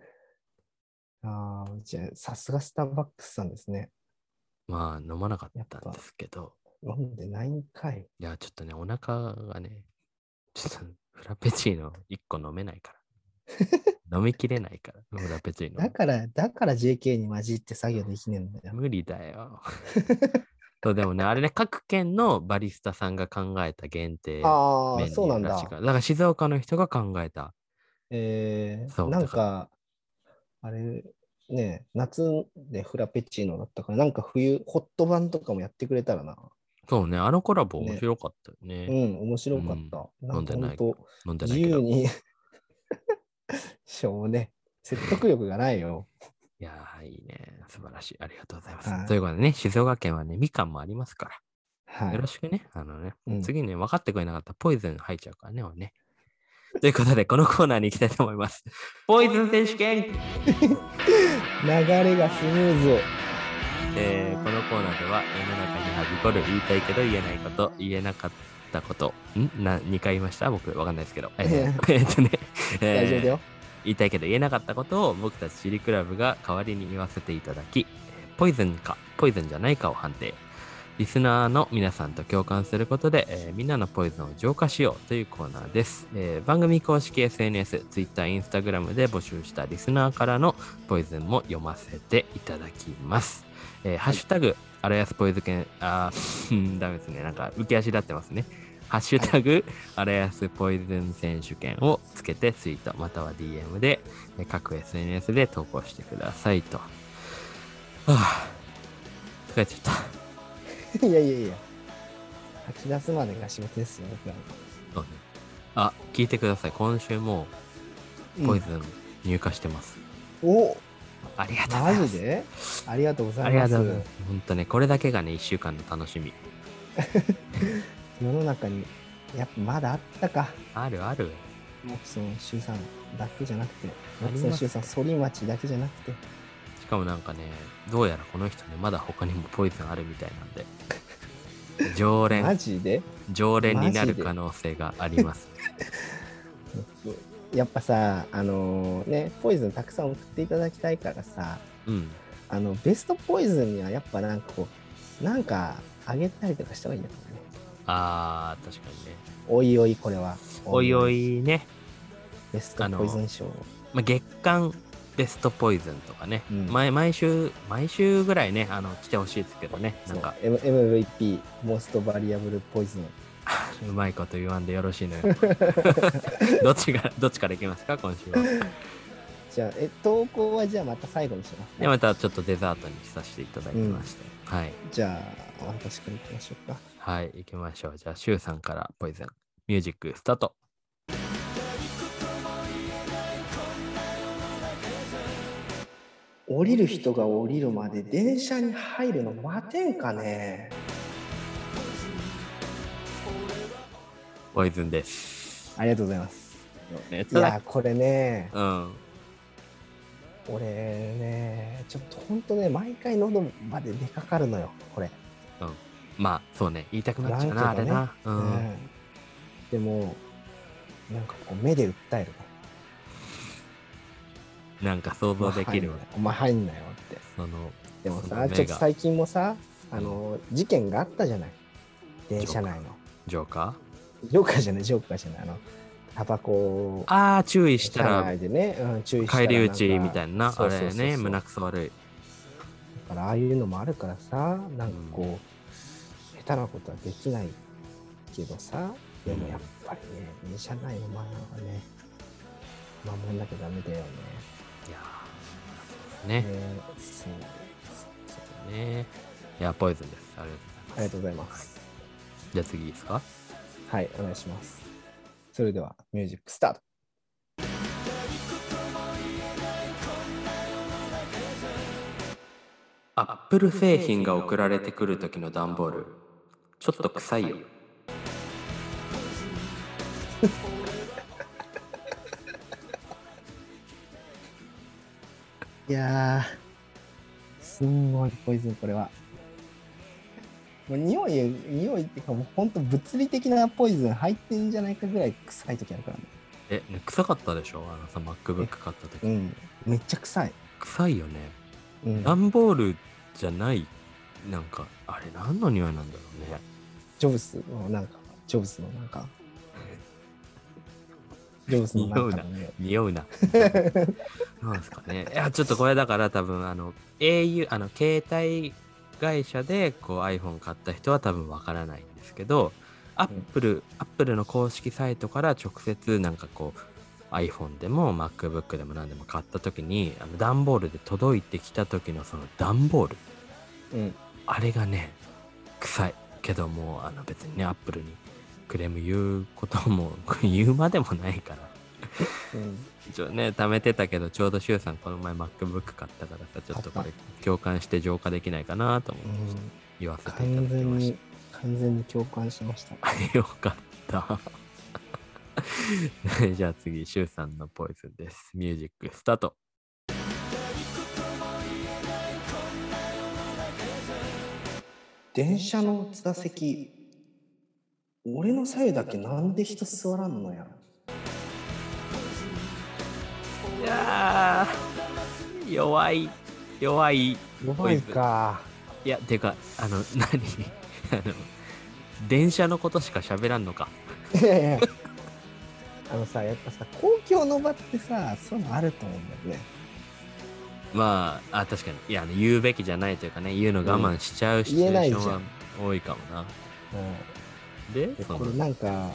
Speaker 2: ああ、じゃあ、さすがスターバックスさんですね。
Speaker 1: まあ、飲まなかったんで
Speaker 2: やっぱ、
Speaker 1: すけど、
Speaker 2: 飲んでないんかい。
Speaker 1: いや、ちょっとね、お腹がね、ちょっとフラペチーノ1個飲めないから。飲みきれないから、フラペチーノ。
Speaker 2: だから JK に混じって作業できねえんだよ。
Speaker 1: 無理だよ。そう、でもね、あれね、各県のバリスタさんが考えた限定
Speaker 2: ああ、
Speaker 1: メ
Speaker 2: そうなんだ。
Speaker 1: ニューらしいから。だから静岡の人が考えた。そう、
Speaker 2: な
Speaker 1: だから、
Speaker 2: んか、あれ、ね、夏でフラペチーノだったから、なんか冬、ホット版とかもやってくれたらな。
Speaker 1: そうね、あのコラボ面
Speaker 2: ね。
Speaker 1: 白かったよ
Speaker 2: う
Speaker 1: ね。
Speaker 2: ん、面白かっ
Speaker 1: うん。
Speaker 2: た。なんか
Speaker 1: 飲んでない、
Speaker 2: 本当、
Speaker 1: 飲んでないけど。
Speaker 2: 自由にしょうね。説得力がないよ。
Speaker 1: いやー、いいね。素晴らしい。ありがとうございます。
Speaker 2: はい。
Speaker 1: ということでね、静岡県はね、みかんもありますから。よろ
Speaker 2: はい。
Speaker 1: しくね。
Speaker 2: うん。
Speaker 1: 次ね、分かってくれなかったらポイズン入っちゃうからね、俺ね。ということで、このコーナーに行きたいと思います。ポイズン選手権
Speaker 2: 流れがスムーズ。
Speaker 1: このコーナーでは世の中にはびこる言いたいけど言えないこと、言えなかったこと、2回言いました僕、わかんないですけど。ね、
Speaker 2: 大丈夫だよ。
Speaker 1: 言いたいけど言えなかったことを僕たちチリクラブが代わりに言わせていただき、ポイズンか、ポイズンじゃないかを判定。リスナーの皆さんと共感することで、みんなのポイズンを浄化しようというコーナーです。番組公式 SNS、Twitter、Instagram で募集したリスナーからのポイズンも読ませていただきます。ハッシュタグ、アラヤスポイズ犬、ダメですね。なんか浮き足立ってますね。ハッシュタグ、アラヤスポイズン選手権をつけてツイート、または DM で、各 SNS で投稿してくださいと。疲れちゃった。
Speaker 2: いやいやいや。吐き出すまでが仕事ですよ、僕ら
Speaker 1: そうね。あ、聞いてください。今週もポイズン入荷してます。
Speaker 2: お、
Speaker 1: ありがとうございます。
Speaker 2: マジでありがとうござ
Speaker 1: あり
Speaker 2: います。
Speaker 1: がとうございます。本当ね、これだけがね、1週間の楽しみ。
Speaker 2: 世の中に、やっぱまだあったか。
Speaker 1: あるある。
Speaker 2: モクソン周さんだけじゃなくて、モ
Speaker 1: あります
Speaker 2: クソン周さん、反町だけじゃなくて。
Speaker 1: しかもなんかね、どうやらこの人ね、まだ他にもポイズンあるみたいなんで、常連
Speaker 2: マジで
Speaker 1: になる可能性があります。
Speaker 2: やっぱさ、ポイズンたくさん送っていただきたいからさ、
Speaker 1: うん。
Speaker 2: ベストポイズンにはやっぱなんかこう、なんかあげたりとかした方がいいんだからね。
Speaker 1: 確かにね。
Speaker 2: おいおい、これは。
Speaker 1: おいおいね。
Speaker 2: ベストポイズン賞。
Speaker 1: 月間ベストポイズンとかね、
Speaker 2: うん
Speaker 1: 毎週ぐらいね、来てほしいですけどね、なんか、
Speaker 2: MVP、モストバリアブルポイズン。
Speaker 1: うまいこと言わんでよろしいのよ。どっちからいきますか、今週は。
Speaker 2: じゃあ、投稿はじゃあまた最後にします、
Speaker 1: で、またちょっとデザートにさせていただきまして。はい。
Speaker 2: じゃあ、私からいきましょうか。
Speaker 1: はい、行きましょう。じゃあ、シュウさんからポイズン。ミュージックスタート。
Speaker 2: 降りる人が降りるまで電車に入るの待てんかね。
Speaker 1: ポイズンです。
Speaker 2: ありがとうございます。
Speaker 1: ね、
Speaker 2: いや、これね、
Speaker 1: うん。
Speaker 2: 俺ね、ちょっとほんとね、毎回喉まで出かかるのよ、これ。
Speaker 1: うん。まあ、そうね、言いたくなっちゃうな、あれな。うん。
Speaker 2: でも、なんかこう、目で訴えるね。
Speaker 1: なんか想像できるわ。
Speaker 2: お前入んなよって。でもさ、ちょっと最近もさ、事件があったじゃない。電車内の。
Speaker 1: ジョーカ
Speaker 2: ーじゃない。タバコを。
Speaker 1: 注意したら、
Speaker 2: でね、注意したら
Speaker 1: 返り討ちみたいな、あれね、胸くそ悪い。
Speaker 2: だから、ああいうのもあるからさ、なんかこう、下手なことはできないけどさ、でもやっぱりね、電車内のマナーはね、守んなきゃダメだよね。
Speaker 1: いやー、ね。
Speaker 2: そう
Speaker 1: ね。いや、ポイズンです。ありがとうございます。
Speaker 2: ありがとうございます。
Speaker 1: じゃあ次いいですか？
Speaker 2: はい、お願いします。それではミュージックスタート。
Speaker 1: アップル製品が送られてくる時の段ボール、ちょっと臭いよ。
Speaker 2: いやー、すんごいポイズン、これは。もう匂いっていうか、もう本当物理的なポイズン入ってんじゃないかぐらい臭い時あるからね。
Speaker 1: ね、臭かったでしょさ、MacBook 買った時。
Speaker 2: うん、めっちゃ臭い。
Speaker 1: 臭いよね。
Speaker 2: うん、
Speaker 1: 段ボールじゃない、なんか、あれ何の匂いなんだろうね。
Speaker 2: ジョブスのなんか、ジョブスのなんか、ジョブスのなんかのね。
Speaker 1: 匂うな。なんですかね。いや、ちょっとこれだから多分、au、携帯会社でこう iPhone 買った人は多分わからないんですけど、Apple の公式サイトから直接なんかこう、iPhone でも MacBook でも何でも買った時に、段ボールで届いてきた時のその段ボール、
Speaker 2: うん、
Speaker 1: あれがね、臭い。けどもう、別にね、Apple にクレーム言うことも、言うまでもないから。
Speaker 2: うん、
Speaker 1: 一応ね、貯めてたけど、ちょうどシュウさんこの前 MacBook 買ったからさ、ちょっとこれ共感して浄化できないかなと思って、言わせていただきました。
Speaker 2: 完全に共感しました。
Speaker 1: よかった。じゃあ次、シュウさんのポイズンです。ミュージックスタート。
Speaker 2: 電車の座席、俺の左右だけなんで人座らんのや。
Speaker 1: いやー、弱い
Speaker 2: 弱いか。
Speaker 1: いや、てか、何電車のことしか喋らんのか。
Speaker 2: いやいや、さ、やっぱさ、公共の場ってさ、そういうのあると思うんだよね。
Speaker 1: まあ、確かに。いや、言うべきじゃないというかね、言うの我慢しちゃうシチュエーションは多いかもな。で、
Speaker 2: これなんか、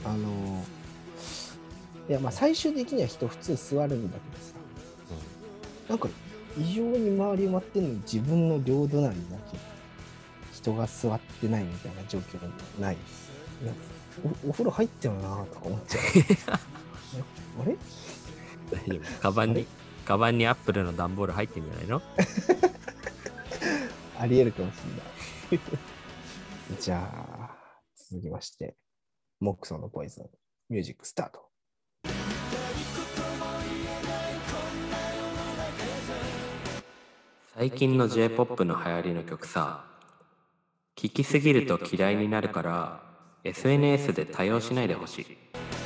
Speaker 2: いや、まあ最終的には人普通座るんだけどさ、なんか異常に周り埋まってんのに自分の両隣だけ人が座ってないみたいな状況ない。お風呂入ってるなとか思っちゃう。あれ
Speaker 1: 大丈夫。カバンにアップルの段ボール入ってんじゃないの？
Speaker 2: ありえるかもしれない。じゃあ、続きまして、モックソンのポイズン、ミュージックスタート。
Speaker 1: 最近の J-POP の流行りの曲さ、聴きすぎると嫌いになるから、SNS で多用しないでほしい。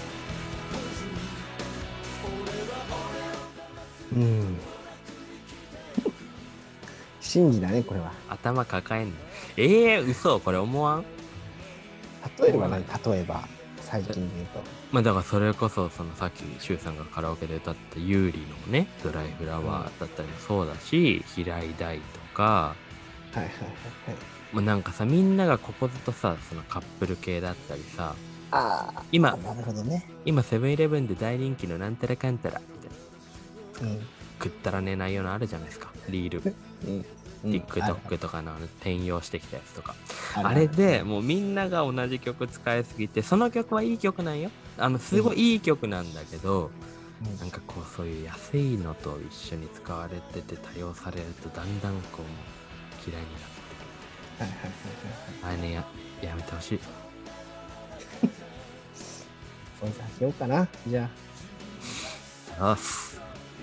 Speaker 2: 真偽だね、これは。
Speaker 1: 頭抱えんの。嘘、これ思わん？
Speaker 2: 例えば何？例えば、最近で言うと。
Speaker 1: まあだからそれこそ、さっきシュウさんがカラオケで歌ったユーリのね、ドライフラワーだったりもそうだし、平井大とか、
Speaker 2: はいはいはいはい。
Speaker 1: もうなんかさ、みんながここぞとさ、そのカップル系だったりさ、
Speaker 2: なるほどね。
Speaker 1: 今セブンイレブンで大人気のなんたらかんたらみたいな、くったらねえ内容のあるじゃないですか、リール。TikTok とかの転用してきたやつとか、あれでもうみんなが同じ曲使いすぎて、その曲はいい曲なんよ、すごいいい曲なんだけど、なんかこうそういう安いのと一緒に使われてて多用されるとだんだんこう嫌いになってくる。あれね、やめてほしい。
Speaker 2: そうさせようかな、じゃ
Speaker 1: あっす。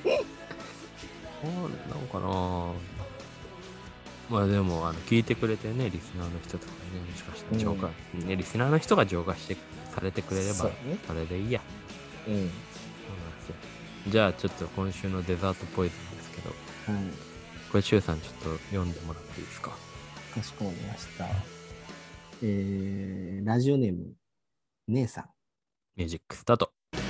Speaker 1: なんかな。まあでも聞いてくれてね、リスナーの人とかね、もしかしたら浄化、ね、リスナーの人が浄化してされてくれればそれでいいや。そうなんですよ。じゃあちょっと今週のデザートポイズンですけど、これシュウさんちょっと読んでもらっていいですか？
Speaker 2: かしこまりました。ラジオネーム姉さん。
Speaker 1: ミュージックスタート。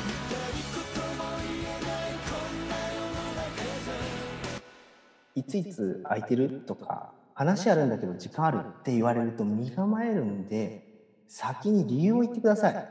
Speaker 2: いついつ空いてるとか話あるんだけど時間あるって言われると身構えるんで、先に理由を言ってください。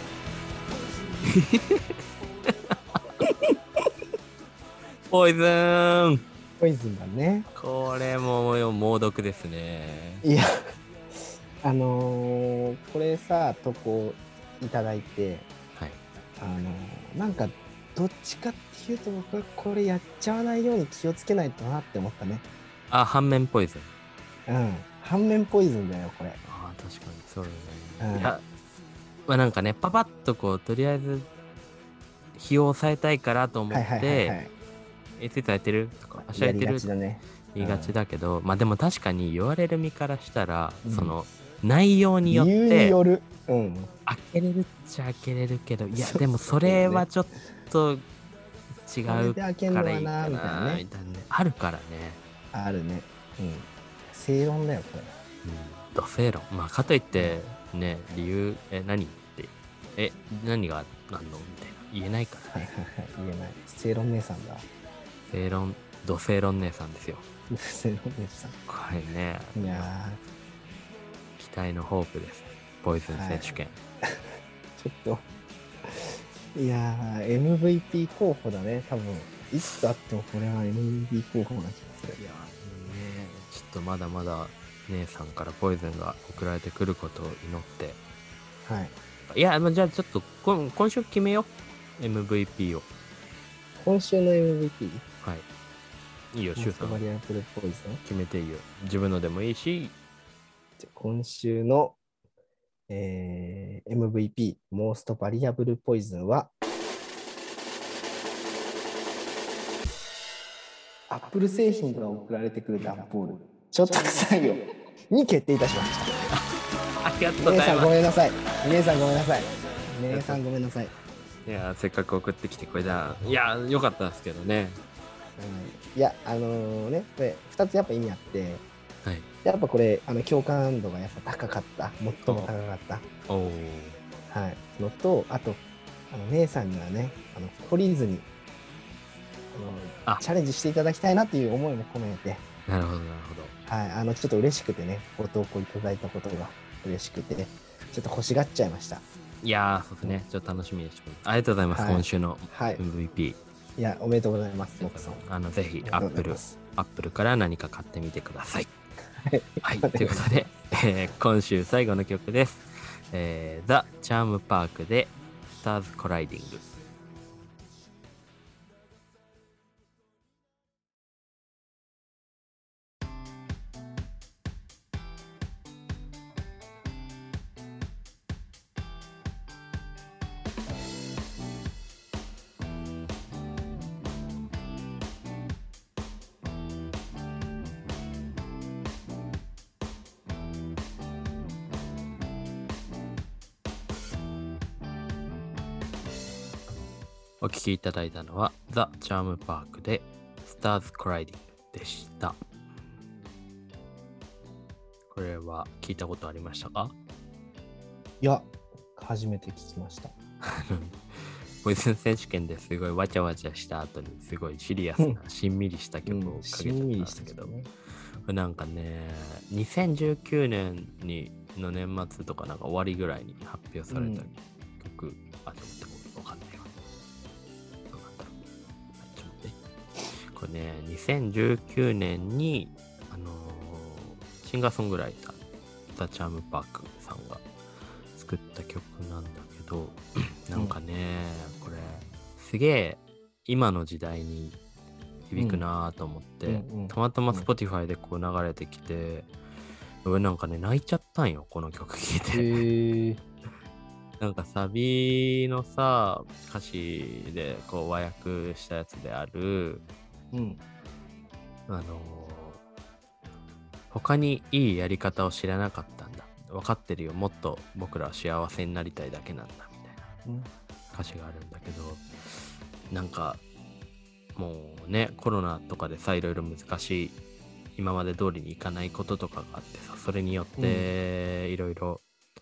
Speaker 1: ポイズン。
Speaker 2: ポイズンだね。
Speaker 1: これも猛毒ですね。
Speaker 2: いやこれさ、投稿いただいて、
Speaker 1: はい。
Speaker 2: なんかどっちかっていうと僕はこれやっちゃわないように気をつけないとなって思ったね。
Speaker 1: あ、反面ポイズン。
Speaker 2: 反面ポイズンだよこれ。
Speaker 1: ああ、確かにそうだね。い
Speaker 2: うん、
Speaker 1: や、まあなんかね、パパッとこう、とりあえず、日を抑えたいからと思っ
Speaker 2: はいはいはいは
Speaker 1: て、
Speaker 2: い。
Speaker 1: いついつ空いてるとか、明日空
Speaker 2: やりが
Speaker 1: いてるとか
Speaker 2: ちだね。
Speaker 1: 言いがちだけど、まあでも確かに言われる身からしたら、
Speaker 2: うん
Speaker 1: その、内容によっ
Speaker 2: 理由に
Speaker 1: て、
Speaker 2: よる。うん。
Speaker 1: 開けれるっちゃ開けれるけど、いや、
Speaker 2: そう
Speaker 1: でもそれはちょっと違
Speaker 2: これ
Speaker 1: う
Speaker 2: で開けん
Speaker 1: から
Speaker 2: のはな、
Speaker 1: いいかな、
Speaker 2: みたいなね。
Speaker 1: みたいなね。あるからね。
Speaker 2: あるね。うん。正論だよ、これ。
Speaker 1: 土星論。まあ、かといって、ね、理由、何って、何が何のみたいな。言えないからね。
Speaker 2: はいはいはい。言えない。正論姉さんだ。
Speaker 1: 正論、土星論姉さんですよ。
Speaker 2: 正論姉さん。
Speaker 1: これね、
Speaker 2: いや
Speaker 1: 期待のホープです。ポイズン選手権。
Speaker 2: ちょっと、いやー、MVP 候補だね、多分。いつあってもこれは MVP 候補な気がする。
Speaker 1: いやね、ちょっとまだまだ姉さんからポイズンが送られてくることを祈って。
Speaker 2: はい。
Speaker 1: いや、じゃあちょっと今週決めよう。MVP を。
Speaker 2: 今週の MVP?
Speaker 1: はい。いいよ、シュウさん。
Speaker 2: モストバリアブルポイズン。
Speaker 1: 決めていいよ。自分のでもいいし。
Speaker 2: じゃあ今週の、MVP、モーストバリアブルポイズンは、アップル製品から送られてくる段ボール、ちょっと採用に決定いたしました。
Speaker 1: ありがとうご
Speaker 2: 姉さん
Speaker 1: ざいます。
Speaker 2: ごめんなさい。姉さんごめんなさい。姉さんごめんなさい。
Speaker 1: いや、せっかく送ってきてくれた。いや、よかったですけどね。
Speaker 2: いや、ね、これ2つやっぱ意味あって、
Speaker 1: はい。
Speaker 2: やっぱこれ、共感度がやっぱ高かった。最も高かった。
Speaker 1: おお。
Speaker 2: はい。のと、あと、姉さんにはね、懲りずに、チャレンジしていただきたいなという思いも込めて、
Speaker 1: なるほど、なるほど。
Speaker 2: はい、ちょっと嬉しくてね、ご投稿いただいたことが嬉しくて、ちょっと欲しがっちゃいました。
Speaker 1: いやー、そうですね。ちょっと楽しみにしてます。ありがとうございます。
Speaker 2: はい
Speaker 1: 今週の
Speaker 2: はい
Speaker 1: MVP。
Speaker 2: いや、おめでとうございます、モクさん。
Speaker 1: ぜひ、
Speaker 2: ありがとうございます。
Speaker 1: アップルから何か買ってみてください。はい。
Speaker 2: お願いします
Speaker 1: ということで、今週最後の曲です。ザ・チャームパークで、スターズ・コライディング。お聴きいただいたのは、ザ・チャームパークで、スターズ・コライディングでした。これは聞いたことありましたか？
Speaker 2: いや、初めて聞きました。
Speaker 1: ポイズン選手権ですごいわちゃわちゃした後にすごいシリアスなしんみりした曲をかけちゃったんですけど、
Speaker 2: ね、
Speaker 1: なんかね、2019年の年末とかなんか終わりぐらいに発表された曲、あ、ちょっと待ってわかんないわ。どうなんだろう。ちょっと待って。これね、2019年にシンガーソングライターザ・チャームパークさんが作った曲なんだけど、なんかね、これすげえ今の時代に響くなと思って、たまたま Spotify でこう流れてきて、俺なんかね泣いちゃったんよ、この曲聴いて。なんかサビのさ歌詞でこう和訳したやつである、他にいいやり方を知らなかったんだ、分かってるよ、もっと僕らは幸せになりたいだけなんだみたいな歌詞があるんだけど、なんかもうね、コロナとかでさ、いろいろ難しい、今まで通りにいかないこととかがあってさ、それによっていろいろ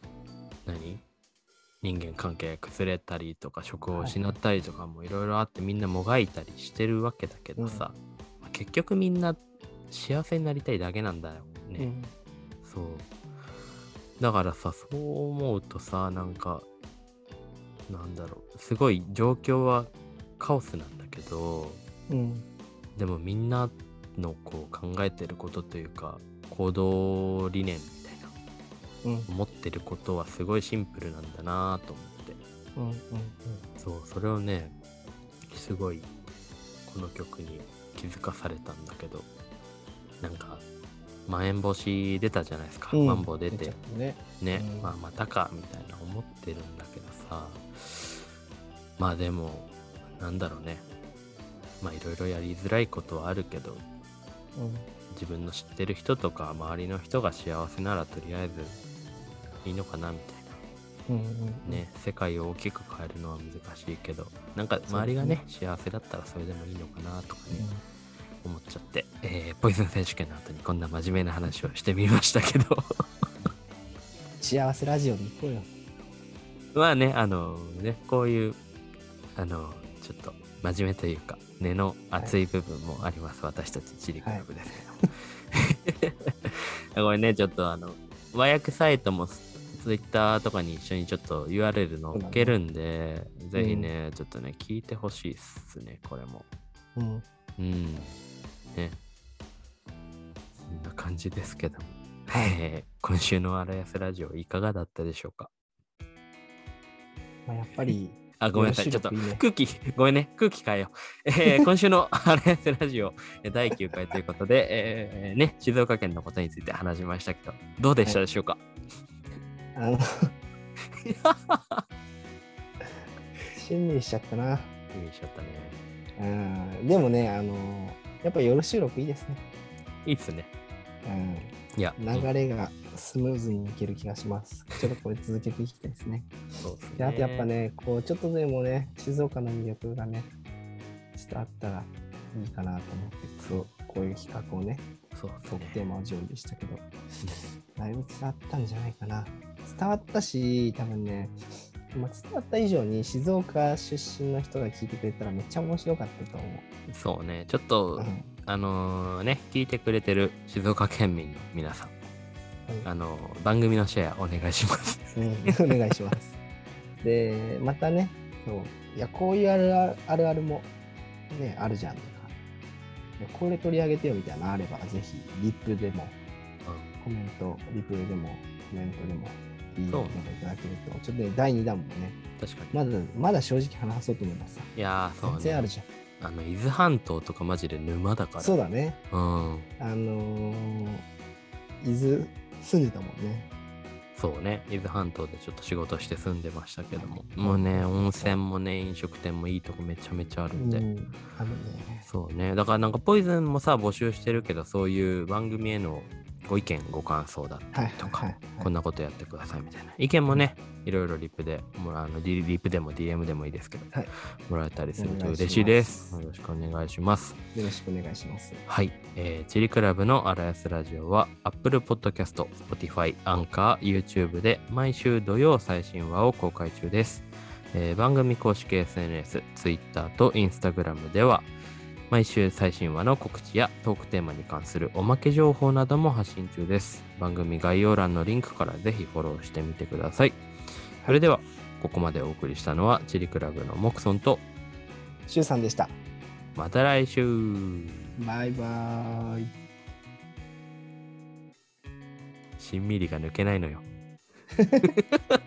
Speaker 1: 人間関係崩れたりとか職を失ったりとかもいろいろあって、みんなもがいたりしてるわけだけどさ、結局みんな幸せになりたいだけなんだよね、そうだからさ、そう思うとさ、なんかなんだろう、すごい状況はカオスなんだけど、でもみんなのこう考えてることというか行動理念みたい思ってることはすごいシンプルなんだなと思って、そうそれをねすごいこの曲に気づかされたんだけど、なんかまん延防止出たじゃないですか、マンボウ出てね、まあまたかみたいな思ってるんだけどさ、まあでもなんだろうね、まあいろいろやりづらいことはあるけど、自分の知ってる人とか周りの人が幸せならとりあえずいいのかなみたいな、ね、世界を大きく変えるのは難しいけど、なんか周りがね幸せだったらそれでもいいのかなとかね、思っちゃって、ポイズン選手権の後にこんな真面目な話をしてみましたけど
Speaker 2: 幸せラジオで行こうよ。
Speaker 1: まあね、ね、こういうちょっと真面目というか根の熱い部分もあります、私たちチリクラブですけども、これねちょっと和訳サイトもツイッターとかに一緒にちょっと URL 載っけるんで、ぜひね、ちょっとね聞いてほしいっすね、これも。ね、そんな感じですけども、今週のアラヤスラジオいかがだったでしょうか。
Speaker 2: まあ、やっぱり
Speaker 1: ごめんなさい、ちょっと空気ごめんね、空気変えよう。今週のアラヤスラジオ第9回ということで、ね、静岡県のことについて話しましたけど、どうでしたでしょうか。
Speaker 2: しんみりしちゃったな。
Speaker 1: しんみりしちゃったね。
Speaker 2: でもね、やっぱ夜収録いいですね。
Speaker 1: いいっすね。いや、
Speaker 2: 流れがスムーズにいける気がします。ちょっとこれ続けていきたいですね。
Speaker 1: そうですね。
Speaker 2: で、あとやっぱね、こうちょっとでもね、静岡の魅力がね、伝わったらいいかなと思って、そうこういう企画をね、トークテーマを準備したけど、だいぶ伝わったんじゃないかな。伝わったし、多分ね、伝わった以上に静岡出身の人が聞いてくれたらめっちゃ面白かったと思う。
Speaker 1: そうね、ちょっと、ね、聞いてくれてる静岡県民の皆さん、番組のシェアお願いします。
Speaker 2: お願いします。で、またね、いや、こういうあるあるも、ね、あるじゃんとか、これ取り上げてよみたいなのあれば、ぜひ、リップでも、コメント、リプでも、コメントでも、いいのでもいただけると、ちょっとね、第2弾もね、
Speaker 1: 確かに
Speaker 2: まだ正直話そうと思います。
Speaker 1: いやー、そうね。
Speaker 2: 全然あるじゃん。
Speaker 1: 伊豆半島とかマジで沼だから。
Speaker 2: そうだね。伊豆住んでたもんね。
Speaker 1: そうね、伊豆半島でちょっと仕事して住んでましたけども、もうね、温泉もね、飲食店もいいとこめちゃめちゃあるんで。
Speaker 2: あるね。
Speaker 1: そうね、だからなんかポイズンもさ、募集してるけど、そういう番組へのご意見ご感想だったりとか、こんなことやってくださいみたいな意見もね、いろいろリプでリプでも DM でもいいですけど、もらえたりすると嬉しいです。よろしくお願いします。
Speaker 2: よろしくお願いします。
Speaker 1: はい、チリクラブのアラヤスラジオは Apple Podcast、Spotify、Anchor、YouTube で毎週土曜最新話を公開中です。番組公式 SNS、Twitter と Instagram では毎週最新話の告知やトークテーマに関するおまけ情報なども発信中です。番組概要欄のリンクからぜひフォローしてみてください。それではここまでお送りしたのはチリクラブのモクソンと
Speaker 2: シュウさんでした。
Speaker 1: また来週。
Speaker 2: バイバーイ。
Speaker 1: しんみりが抜けないのよ。